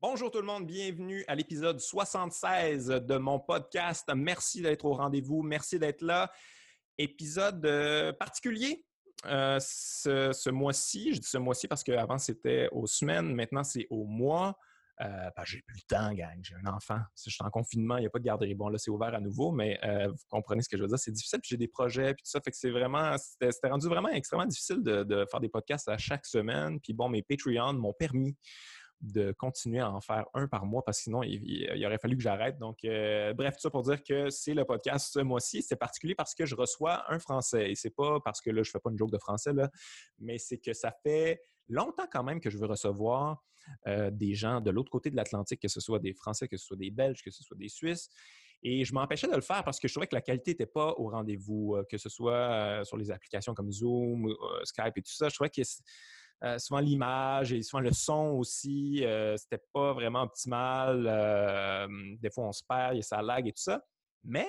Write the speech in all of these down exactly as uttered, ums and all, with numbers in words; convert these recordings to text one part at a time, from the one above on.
Bonjour tout le monde, bienvenue à l'épisode soixante-seize de mon podcast. Merci d'être au rendez-vous, merci d'être là. Épisode euh, particulier euh, ce, ce mois-ci. Je dis ce mois-ci parce qu'avant c'était aux semaines, maintenant c'est aux mois. Euh, ben, j'ai plus le temps, gang. J'ai un enfant. Si je suis en confinement, il n'y a pas de garderie. Bon, là, c'est ouvert à nouveau, mais euh, vous comprenez ce que je veux dire. C'est difficile, puis j'ai des projets, puis tout ça. Fait que c'est vraiment, c'était, c'était rendu vraiment extrêmement difficile de, de faire des podcasts à chaque semaine. Puis bon, mes Patreons m'ont permis de continuer à en faire un par mois parce que sinon, il, il, il aurait fallu que j'arrête. Donc, euh, bref, tout ça pour dire que c'est le podcast ce mois-ci. C'est particulier parce que je reçois un Français. Et c'est pas parce que là, je fais pas une joke de français, là, mais c'est que ça fait longtemps quand même que je veux recevoir euh, des gens de l'autre côté de l'Atlantique, que ce soit des Français, que ce soit des Belges, que ce soit des Suisses. Et je m'empêchais de le faire parce que je trouvais que la qualité n'était pas au rendez-vous, euh, que ce soit euh, sur les applications comme Zoom, euh, Skype et tout ça. Je trouvais que Euh, souvent l'image et souvent le son aussi, euh, c'était pas vraiment optimal. Euh, des fois, on se perd et ça lag et tout ça. Mais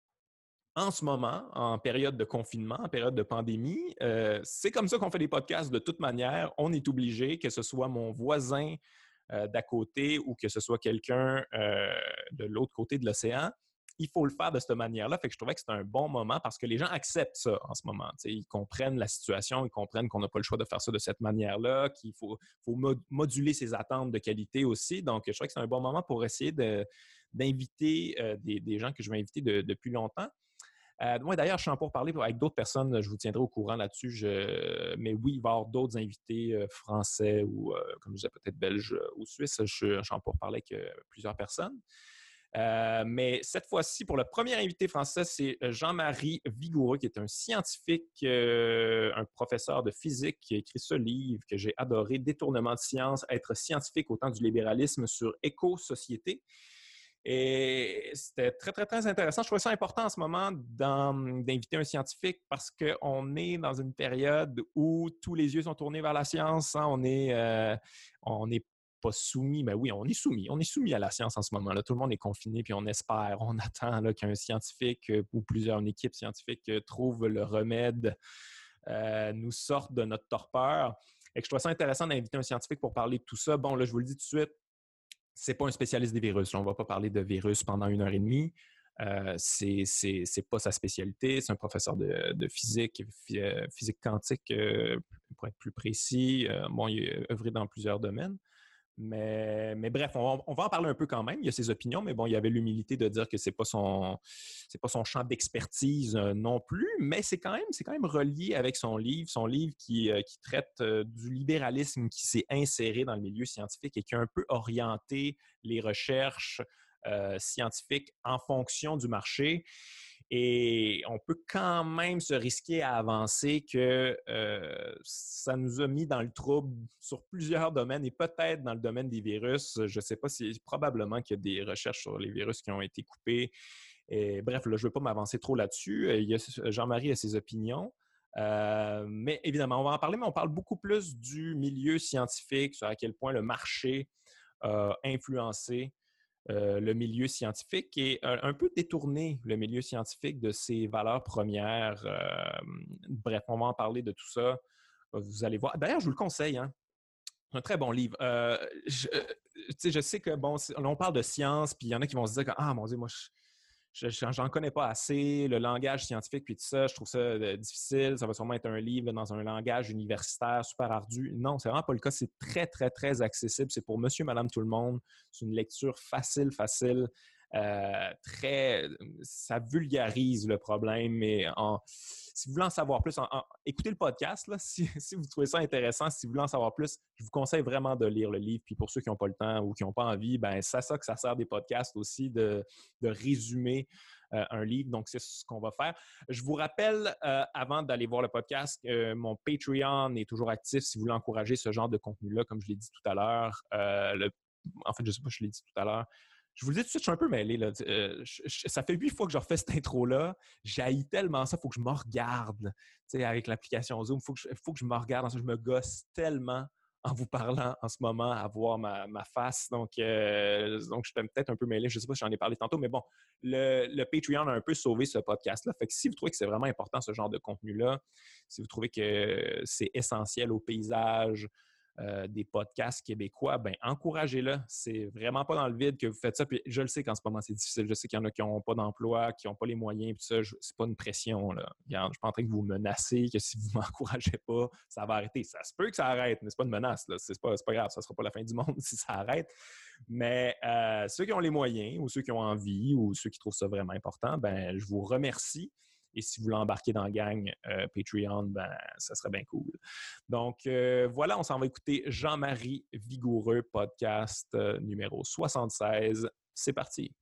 en ce moment, en période de confinement, en période de pandémie, euh, c'est comme ça qu'on fait des podcasts de toute manière. On est obligé, que ce soit mon voisin euh, d'à côté ou que ce soit quelqu'un euh, de l'autre côté de l'océan, il faut le faire de cette manière-là. Fait que je trouvais que c'était un bon moment parce que les gens acceptent ça en ce moment. T'sais, ils comprennent la situation, ils comprennent qu'on n'a pas le choix de faire ça de cette manière-là, qu'il faut, faut mod- moduler ses attentes de qualité aussi. Donc, je trouvais que c'est un bon moment pour essayer de, d'inviter euh, des, des gens que je vais inviter de, depuis longtemps. Euh, moi, d'ailleurs, je suis en pour parler avec d'autres personnes. Je vous tiendrai au courant là-dessus. Je... Mais oui, il va y avoir d'autres invités euh, français ou, euh, comme je disais, peut-être belges ou suisses. Je, je suis en pour parler avec euh, plusieurs personnes. Euh, mais cette fois-ci, pour le premier invité français, c'est Jean-Marie Vigoureux, qui est un scientifique, euh, un professeur de physique qui a écrit ce livre que j'ai adoré, Détournement de science, être scientifique au temps du libéralisme sur éco-société. Et c'était très, très, très intéressant. Je trouvais ça important en ce moment d'inviter un scientifique parce qu'on est dans une période où tous les yeux sont tournés vers la science. Hein. On est, euh, on est pas soumis, mais oui, on est soumis. On est soumis à la science en ce moment. Là. Tout le monde est confiné, puis on espère, on attend là, qu'un scientifique euh, ou plusieurs une équipe scientifique euh, trouve le remède, euh, nous sorte de notre torpeur. Et que je trouve ça intéressant d'inviter un scientifique pour parler de tout ça. Bon, là, je vous le dis tout de suite, c'est pas un spécialiste des virus. Là, on va pas parler de virus pendant une heure et demie. Euh, c'est, c'est, c'est pas sa spécialité. C'est un professeur de, de physique, physique quantique, euh, pour être plus précis. Euh, bon, il a œuvré dans plusieurs domaines. Mais, mais bref, on va, on va en parler un peu quand même. Il y a ses opinions, mais bon, il y avait l'humilité de dire que c'est pas son, c'est pas son champ d'expertise euh, non plus, mais c'est quand même, c'est quand même relié avec son livre, son livre qui, euh, qui traite euh, du libéralisme qui s'est inséré dans le milieu scientifique et qui a un peu orienté les recherches euh, scientifiques en fonction du marché. Et on peut quand même se risquer à avancer que euh, ça nous a mis dans le trouble sur plusieurs domaines et peut-être dans le domaine des virus. Je ne sais pas si probablement qu'il y a des recherches sur les virus qui ont été coupées. Et, bref, là, je ne veux pas m'avancer trop là-dessus. Il y a, Jean-Marie a ses opinions. Euh, mais évidemment, on va en parler, mais on parle beaucoup plus du milieu scientifique, sur à quel point le marché a influencé Euh, le milieu scientifique et un, un peu détourner le milieu scientifique de ses valeurs premières. Euh, bref, on va en parler de tout ça. Vous allez voir. D'ailleurs, je vous le conseille. Hein? C'est un très bon livre. Euh, je, euh, je sais que, bon, on parle de science, puis il y en a qui vont se dire que, ah, mon Dieu, moi, je, je, j'en connais pas assez, le langage scientifique, puis tout ça, je trouve ça euh, difficile. Ça va sûrement être un livre là, dans un langage universitaire super ardu. Non, c'est vraiment pas le cas. C'est très, très, très accessible. C'est pour monsieur, madame, tout le monde. C'est une lecture facile, facile. Euh, très, ça vulgarise le problème, mais en, si vous voulez en savoir plus, en, en, écoutez le podcast, là, si, si vous trouvez ça intéressant, si vous voulez en savoir plus, je vous conseille vraiment de lire le livre. Puis pour ceux qui n'ont pas le temps ou qui n'ont pas envie, ben c'est ça que ça sert des podcasts aussi, de, de résumer euh, un livre. Donc, c'est ce qu'on va faire. Je vous rappelle, euh, avant d'aller voir le podcast, euh, mon Patreon est toujours actif si vous voulez encourager ce genre de contenu-là, comme je l'ai dit tout à l'heure. Euh, le, en fait, je ne sais pas si je l'ai dit tout à l'heure. Je vous le dis tout de suite, je suis un peu mêlé. Là. Euh, je, je, ça fait huit fois que je refais cette intro-là. J'haïs tellement ça, il faut que je me regarde. Avec l'application Zoom, il faut, faut que je me regarde. Je me gosse tellement en vous parlant en ce moment, à voir ma, ma face. Donc, euh, donc, je suis peut-être un peu mêlé. Je ne sais pas si j'en ai parlé tantôt, mais bon, le, le Patreon a un peu sauvé ce podcast-là. Fait que si vous trouvez que c'est vraiment important, ce genre de contenu-là, si vous trouvez que c'est essentiel au paysage, euh, des podcasts québécois, ben encouragez-le. C'est vraiment pas dans le vide que vous faites ça. Puis je le sais qu'en ce moment, c'est difficile. Je sais qu'il y en a qui n'ont pas d'emploi, qui n'ont pas les moyens. Puis ça, je, c'est pas une pression, là. Regarde, je ne suis pas en train de vous menacer que si vous ne m'encouragez pas, ça va arrêter. Ça se peut que ça arrête, mais c'est pas une menace, là. C'est pas, c'est pas grave. Ça ne sera pas la fin du monde si ça arrête. Mais euh, ceux qui ont les moyens ou ceux qui ont envie ou ceux qui trouvent ça vraiment important, ben je vous remercie. Et si vous voulez embarquer dans la gang euh, Patreon, ben ça serait bien cool. Donc euh, voilà, on s'en va écouter Jean-Marie Vigoureux, podcast euh, numéro soixante-seize. C'est parti.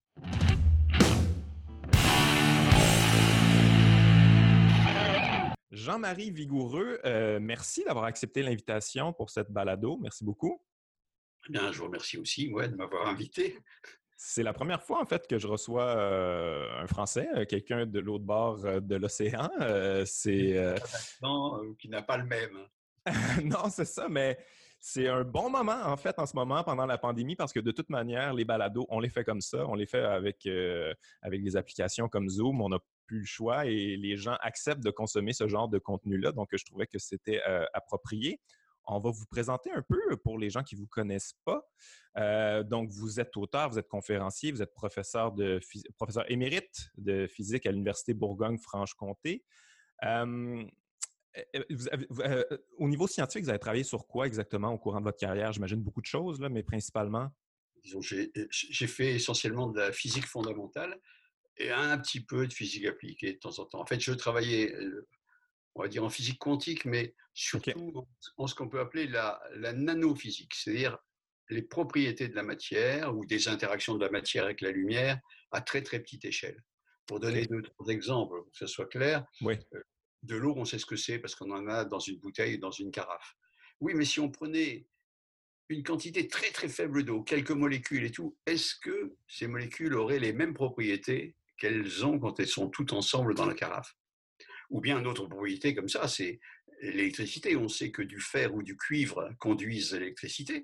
Jean-Marie Vigoureux, euh, merci d'avoir accepté l'invitation pour cette balado. Merci beaucoup. Eh bien, je vous remercie aussi, ouais, de m'avoir invité. C'est la première fois, en fait, que je reçois euh, un Français, euh, quelqu'un de l'autre bord euh, de l'océan. Euh, c'est... Euh... Non, euh, qui n'a pas le même. non, c'est ça, mais c'est un bon moment, en fait, en ce moment, pendant la pandémie, parce que de toute manière, les balados, on les fait comme ça. On les fait avec, euh, avec des applications comme Zoom. On n'a plus le choix et les gens acceptent de consommer ce genre de contenu-là. Donc, je trouvais que c'était euh, approprié. On va vous présenter un peu pour les gens qui ne vous connaissent pas. Euh, donc, vous êtes auteur, vous êtes conférencier, vous êtes professeur, de, professeur émérite de physique à l'Université Bourgogne-Franche-Comté. Euh, vous avez, vous, euh, au niveau scientifique, vous avez travaillé sur quoi exactement au courant de votre carrière? J'imagine beaucoup de choses, là, mais principalement. Disons, j'ai, j'ai fait essentiellement de la physique fondamentale et un petit peu de physique appliquée de temps en temps. En fait, je travaillais, on va dire, en physique quantique, mais surtout Okay. en ce qu'on peut appeler la, la nanophysique, c'est-à-dire les propriétés de la matière ou des interactions de la matière avec la lumière à très très petite échelle. Pour donner Okay. deux, trois exemples, pour que ce soit clair, Oui. de l'eau, on sait ce que c'est parce qu'on en a dans une bouteille et dans une carafe. Oui, mais si on prenait une quantité très très faible d'eau, quelques molécules et tout, est-ce que ces molécules auraient les mêmes propriétés qu'elles ont quand elles sont toutes ensemble dans la carafe? Ou bien une autre propriété comme ça, c'est l'électricité. On sait que du fer ou du cuivre conduisent l'électricité.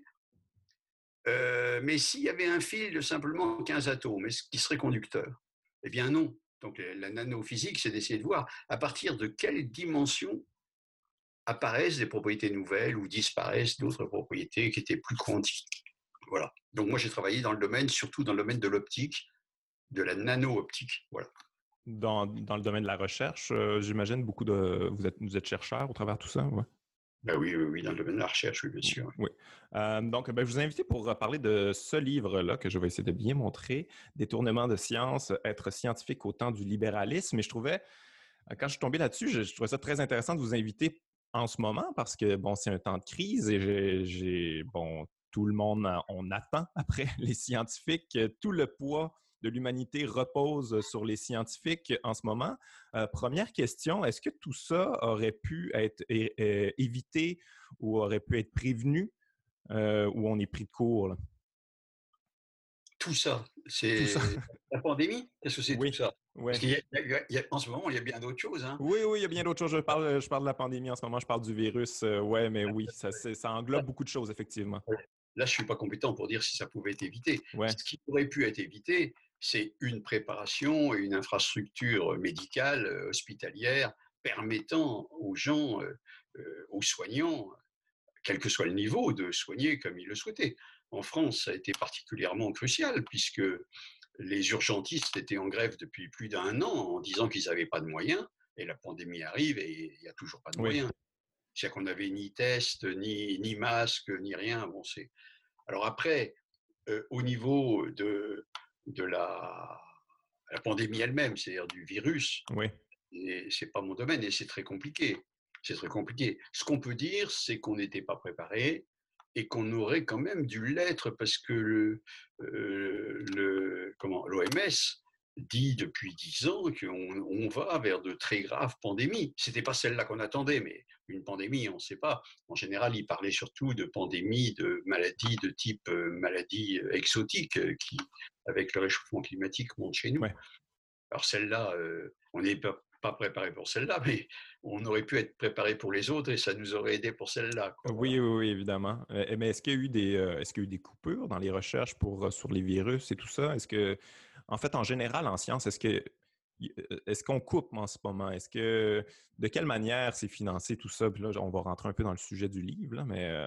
Euh, mais s'il y avait un fil de simplement quinze atomes, est-ce qu'il serait conducteur? Eh bien non. Donc la nanophysique, c'est d'essayer de voir à partir de quelle dimension apparaissent des propriétés nouvelles ou disparaissent d'autres propriétés qui étaient plus quantiques. Voilà. Donc moi j'ai travaillé dans le domaine, surtout dans le domaine de l'optique, de la nano-optique. Voilà. Dans, dans le domaine de la recherche, euh, j'imagine beaucoup de. Vous êtes, vous êtes chercheur au travers de tout ça, ouais. Ben oui, oui, oui, dans le domaine de la recherche, oui, bien sûr. Oui. Euh, donc, ben, je vous ai invité pour parler de ce livre-là que je vais essayer de bien montrer, Détournement de science, être scientifique au temps du libéralisme. Et je trouvais, quand je suis tombé là-dessus, je, je trouvais ça très intéressant de vous inviter en ce moment parce que, bon, c'est un temps de crise et j'ai, j'ai bon, tout le monde, on attend après les scientifiques, tout le poids de l'humanité repose sur les scientifiques en ce moment. Euh, première question, est-ce que tout ça aurait pu être é- é- évité ou aurait pu être prévenu euh, ou on est pris de court, là? Tout ça, Tout ça. c'est la pandémie. Qu'est-ce que c'est tout Oui, ça? oui. Parce qu'il y a, il y a- il y a- en ce moment, il y a bien d'autres choses. Hein. Oui, oui, il y a bien d'autres choses. Je parle, je parle de la pandémie en ce moment, je parle du virus. Euh, ouais, mais oui, ça, c'est- ça englobe beaucoup de choses, effectivement. Là, je ne suis pas compétent pour dire si ça pouvait être évité. Ce Ouais, qui aurait pu être évité, c'est une préparation et une infrastructure médicale, euh, hospitalière, permettant aux gens, euh, euh, aux soignants, quel que soit le niveau, de soigner comme ils le souhaitaient. En France, ça a été particulièrement crucial puisque les urgentistes étaient en grève depuis plus d'un an en disant qu'ils n'avaient pas de moyens, et la pandémie arrive et il n'y a toujours pas de oui, moyens. C'est-à-dire qu'on n'avait ni test, ni, ni masque, ni rien. Bon, c'est... Alors après, euh, au niveau de, de la, la pandémie elle-même, c'est-à-dire du virus, oui, et c'est pas mon domaine et c'est très compliqué. C'est très compliqué. Ce qu'on peut dire, c'est qu'on n'était pas préparé et qu'on aurait quand même dû l'être parce que le, euh, le comment l'O M S dit depuis dix ans qu'on on va vers de très graves pandémies. C'était pas celle-là qu'on attendait, mais une pandémie, on ne sait pas. En général, il parlait surtout de pandémies, de maladies de type euh, maladies exotiques euh, qui, avec le réchauffement climatique, montent chez nous. oui. Alors celle-là, euh, on n'est pas, pas préparé pour celle-là, mais on aurait pu être préparé pour les autres et ça nous aurait aidé pour celle-là. Quoi, Oui, voilà. oui, oui, évidemment. Euh, mais est-ce qu'il y a eu des, euh, est-ce qu'il y a eu des coupures dans les recherches pour, euh, sur les virus et tout ça? Est-ce que, en fait, en général, en science, est-ce que, y- euh, est-ce qu'on coupe en ce moment? Est-ce que, de quelle manière c'est financé tout ça? Puis là, on va rentrer un peu dans le sujet du livre, là, mais euh,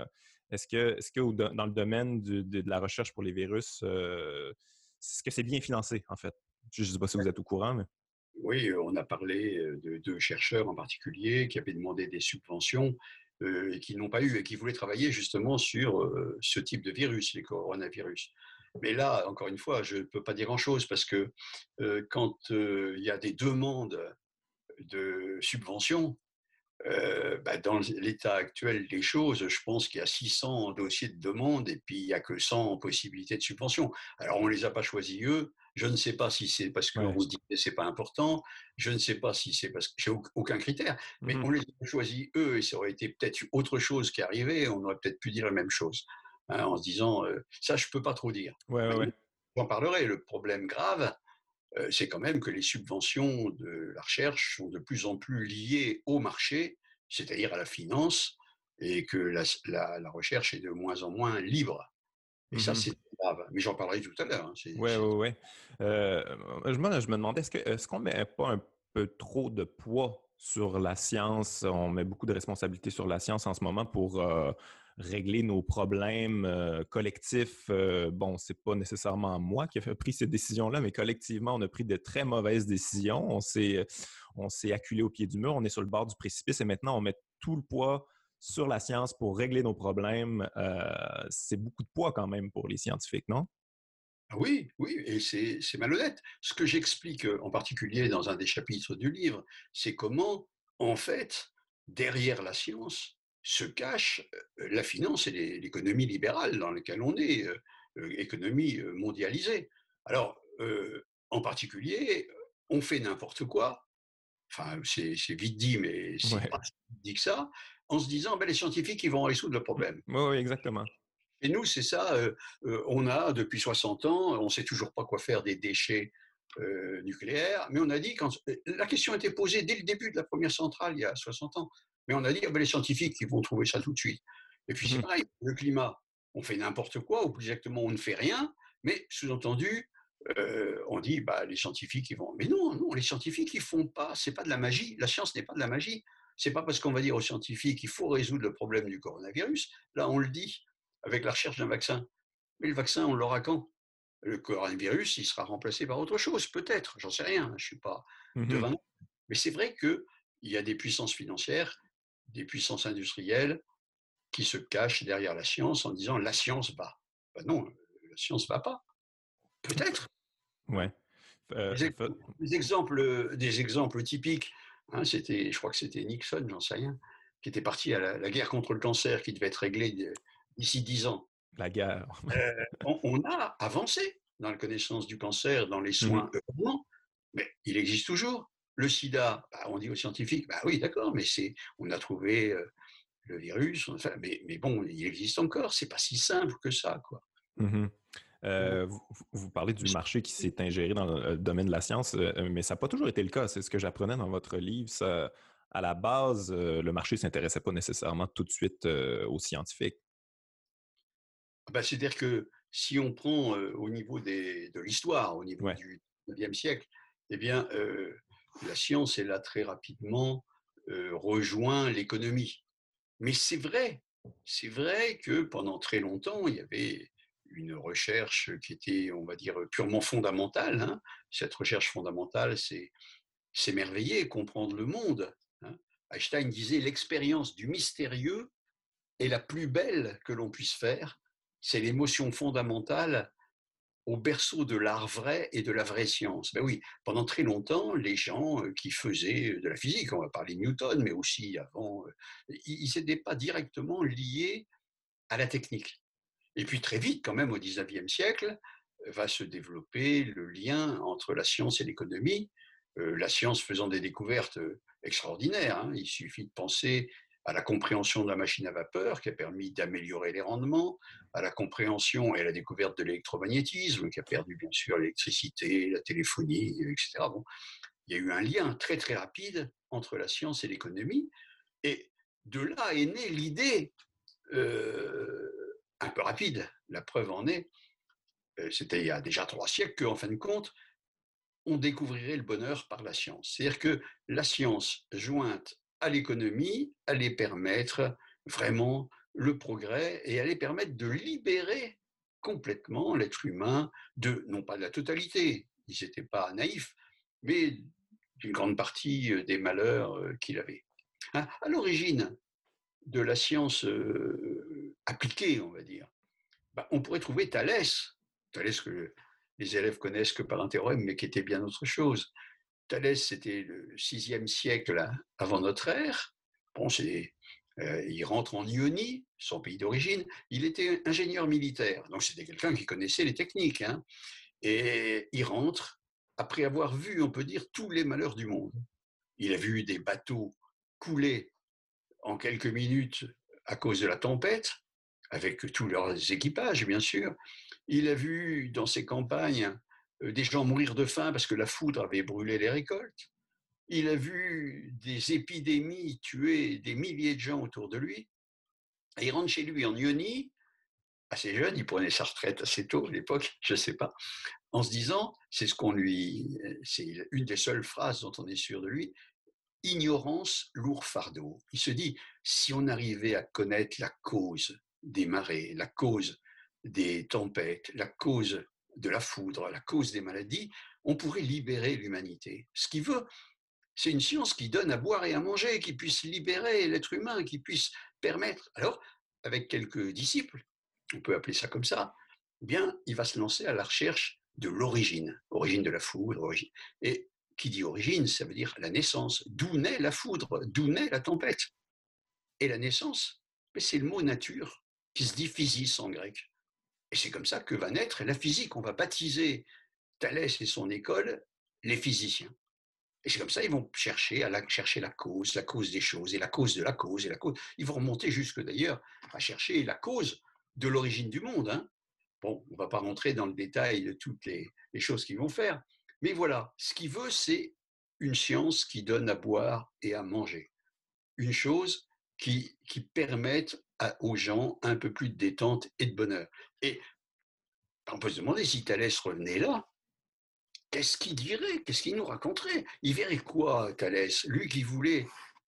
Est-ce que, est-ce que dans le domaine du, de, de la recherche pour les virus, euh, est-ce que c'est bien financé, en fait? Je ne sais pas si vous êtes au courant, mais… Oui, on a parlé de deux chercheurs en particulier qui avaient demandé des subventions euh, et qui n'ont pas eu et qui voulaient travailler justement sur euh, ce type de virus, les coronavirus. Mais là, encore une fois, je ne peux pas dire grand-chose parce que euh, quand euh, il y a des demandes de subventions, euh, bah, dans l'état actuel des choses, je pense qu'il y a six cents dossiers de demande et puis il n'y a que cent possibilités de subvention. Alors, on ne les a pas choisis eux. Je ne sais pas si c'est parce Ouais. qu'on se dit que ce n'est pas important. Je ne sais pas si c'est parce que j'ai aucun critère. Mais Mm-hmm. on les a choisis eux et ça aurait été peut-être autre chose qui arrivait. On aurait peut-être pu dire la même chose hein, en se disant euh, ça, je ne peux pas trop dire. Ouais, ouais, ouais. J'en parlerai. Le problème grave, euh, c'est quand même que les subventions de la recherche sont de plus en plus liées au marché, c'est-à-dire à la finance, et que la, la, la recherche est de moins en moins libre. Et ça, Mm-hmm. c'est grave. Mais j'en parlerai tout à l'heure. Hein. C'est, Ouais, c'est... ouais, ouais. Euh, je, me, je me demandais, est-ce que, est-ce qu'on met pas un peu trop de poids sur la science? On met beaucoup de responsabilités sur la science en ce moment pour euh, régler nos problèmes euh, collectifs. Euh, bon, c'est pas nécessairement moi qui ai pris ces décisions-là, mais collectivement, on a pris de très mauvaises décisions. On s'est, on s'est acculé au pied du mur, on est sur le bord du précipice et maintenant, on met tout le poids sur la science pour régler nos problèmes. Euh, c'est beaucoup de poids quand même pour les scientifiques, non? Oui, oui, et c'est, c'est malhonnête. Ce que j'explique euh, en particulier dans un des chapitres du livre, c'est comment, en fait, derrière la science, se cache euh, la finance et les- l'économie libérale dans laquelle on est, euh, euh, économie euh, mondialisée. Alors, euh, en particulier, on fait n'importe quoi, enfin, c'est, c'est vite dit, mais c'est Ouais. pas si vite dit que ça, en se disant, ben, les scientifiques, ils vont résoudre le problème. Oui, oui, exactement. Et nous, c'est ça, euh, euh, on a depuis soixante ans, on ne sait toujours pas quoi faire des déchets euh, nucléaires, mais on a dit, quand la question a été posée dès le début de la première centrale, il y a soixante ans, mais on a dit, ah ben, les scientifiques, ils vont trouver ça tout de suite. Et puis c'est Mhm. pareil, le climat, on fait n'importe quoi, ou plus exactement, on ne fait rien, mais sous-entendu, euh, on dit, bah, les scientifiques, ils vont. Mais non, non, les scientifiques, ils font pas, c'est pas de la magie, la science n'est pas de la magie. C'est pas parce qu'on va dire aux scientifiques, il faut résoudre le problème du coronavirus, là, on le dit, avec la recherche d'un vaccin. Mais le vaccin, on l'aura quand? Le coronavirus, il sera remplacé par autre chose, peut-être, j'en sais rien, je ne suis pas Mhm. devin. Mais c'est vrai qu'il y a des puissances financières, des puissances industrielles qui se cachent derrière la science en disant la science va. Ben non, la science ne va pas. Peut-être. Ouais. Euh, Des, fa- des exemples, des exemples typiques, hein, c'était, je crois que c'était Nixon, j'en sais rien, qui était parti à la, la guerre contre le cancer qui devait être réglée d'ici dix ans. la guerre. Euh, on, on a avancé dans la connaissance du cancer, dans les Mhm. soins, heureusement, mais il existe toujours. Le sida, bah, on dit aux scientifiques, bah oui, d'accord, mais c'est, on a trouvé euh, le virus, enfin, mais, mais bon, il existe encore, c'est pas si simple que ça, quoi. Mhm. Euh, vous, vous parlez du marché qui s'est ingéré dans le domaine de la science, euh, mais ça n'a pas toujours été le cas. C'est ce que j'apprenais dans votre livre. Ça, à la base, euh, le marché ne s'intéressait pas nécessairement tout de suite euh, aux scientifiques. Bah, c'est-à-dire que si on prend euh, au niveau des, de l'histoire, au niveau Ouais. du neuvième siècle, eh bien, euh, la science, elle a très rapidement euh, rejoint l'économie. Mais c'est vrai, c'est vrai que pendant très longtemps, il y avait une recherche qui était, on va dire, purement fondamentale. Hein. Cette recherche fondamentale, c'est s'émerveiller, comprendre le monde. Hein. Einstein disait l'expérience du mystérieux est la plus belle que l'on puisse faire. C'est l'émotion fondamentale au berceau de l'art vrai et de la vraie science. Ben oui, pendant très longtemps, les gens euh, qui faisaient de la physique, on va parler de Newton, mais aussi avant, euh, ils n'étaient pas directement liés à la technique. Et puis très vite, quand même, au dix-neuvième siècle, va se développer le lien entre la science et l'économie, euh, la science faisant des découvertes euh, extraordinaires. Hein. Il suffit de penser à la compréhension de la machine à vapeur qui a permis d'améliorer les rendements, à la compréhension et à la découverte de l'électromagnétisme qui a perdu bien sûr l'électricité, la téléphonie, et cetera. Bon, il y a eu un lien très très rapide entre la science et l'économie et de là est née l'idée euh, un peu rapide, la preuve en est, euh, c'était il y a déjà trois siècles qu'en fin de compte, on découvrirait le bonheur par la science. C'est-à-dire que la science jointe à l'économie allait permettre vraiment le progrès et allait permettre de libérer complètement l'être humain de, non pas de la totalité, ils n'étaient pas naïfs, mais d'une grande partie des malheurs qu'il avait. Hein, à l'origine de la science euh, appliquée, on va dire, bah, on pourrait trouver Thalès, Thalès que les élèves connaissent que par un théorème, mais qui était bien autre chose. Thalès, c'était le sixième siècle avant notre ère. Bon, c'est, euh, il rentre en Ionie, son pays d'origine. Il était ingénieur militaire, donc c'était quelqu'un qui connaissait les techniques. Hein, et il rentre après avoir vu, on peut dire, tous les malheurs du monde. Il a vu des bateaux couler en quelques minutes à cause de la tempête, avec tous leurs équipages, bien sûr. Il a vu dans ses campagnes des gens mourir de faim parce que la foudre avait brûlé les récoltes. Il a vu des épidémies tuer des milliers de gens autour de lui. Et il rentre chez lui en Ionie, assez jeune, il prenait sa retraite assez tôt à l'époque, je ne sais pas, en se disant, c'est ce qu'on lui, c'est une des seules phrases dont on est sûr de lui, ignorance, lourd fardeau. Il se dit, si on arrivait à connaître la cause des marées, la cause des tempêtes, la cause de la foudre, la cause des maladies, on pourrait libérer l'humanité. Ce qu'il veut, c'est une science qui donne à boire et à manger, qui puisse libérer l'être humain, qui puisse permettre. Alors, avec quelques disciples, on peut appeler ça comme ça, eh bien, il va se lancer à la recherche de l'origine, origine de la foudre, origine. Et qui dit origine, ça veut dire la naissance. D'où naît la foudre? D'où naît la tempête? Et la naissance, c'est le mot nature, qui se dit physis en grec. Et c'est comme ça que va naître la physique. On va baptiser Thalès et son école les physiciens. Et c'est comme ça qu'ils vont chercher à la, chercher la cause, la cause des choses, et la cause de la cause, et la cause. Ils vont remonter jusque d'ailleurs à chercher la cause de l'origine du monde. Hein. Bon, on ne va pas rentrer dans le détail de toutes les, les choses qu'ils vont faire, mais voilà, ce qu'il veut, c'est une science qui donne à boire et à manger. Une chose qui, qui permette à, aux gens un peu plus de détente et de bonheur. Et on peut se demander si Thalès revenait là, qu'est-ce qu'il dirait? Qu'est-ce qu'il nous raconterait? Il verrait quoi, Thalès? Lui qui voulait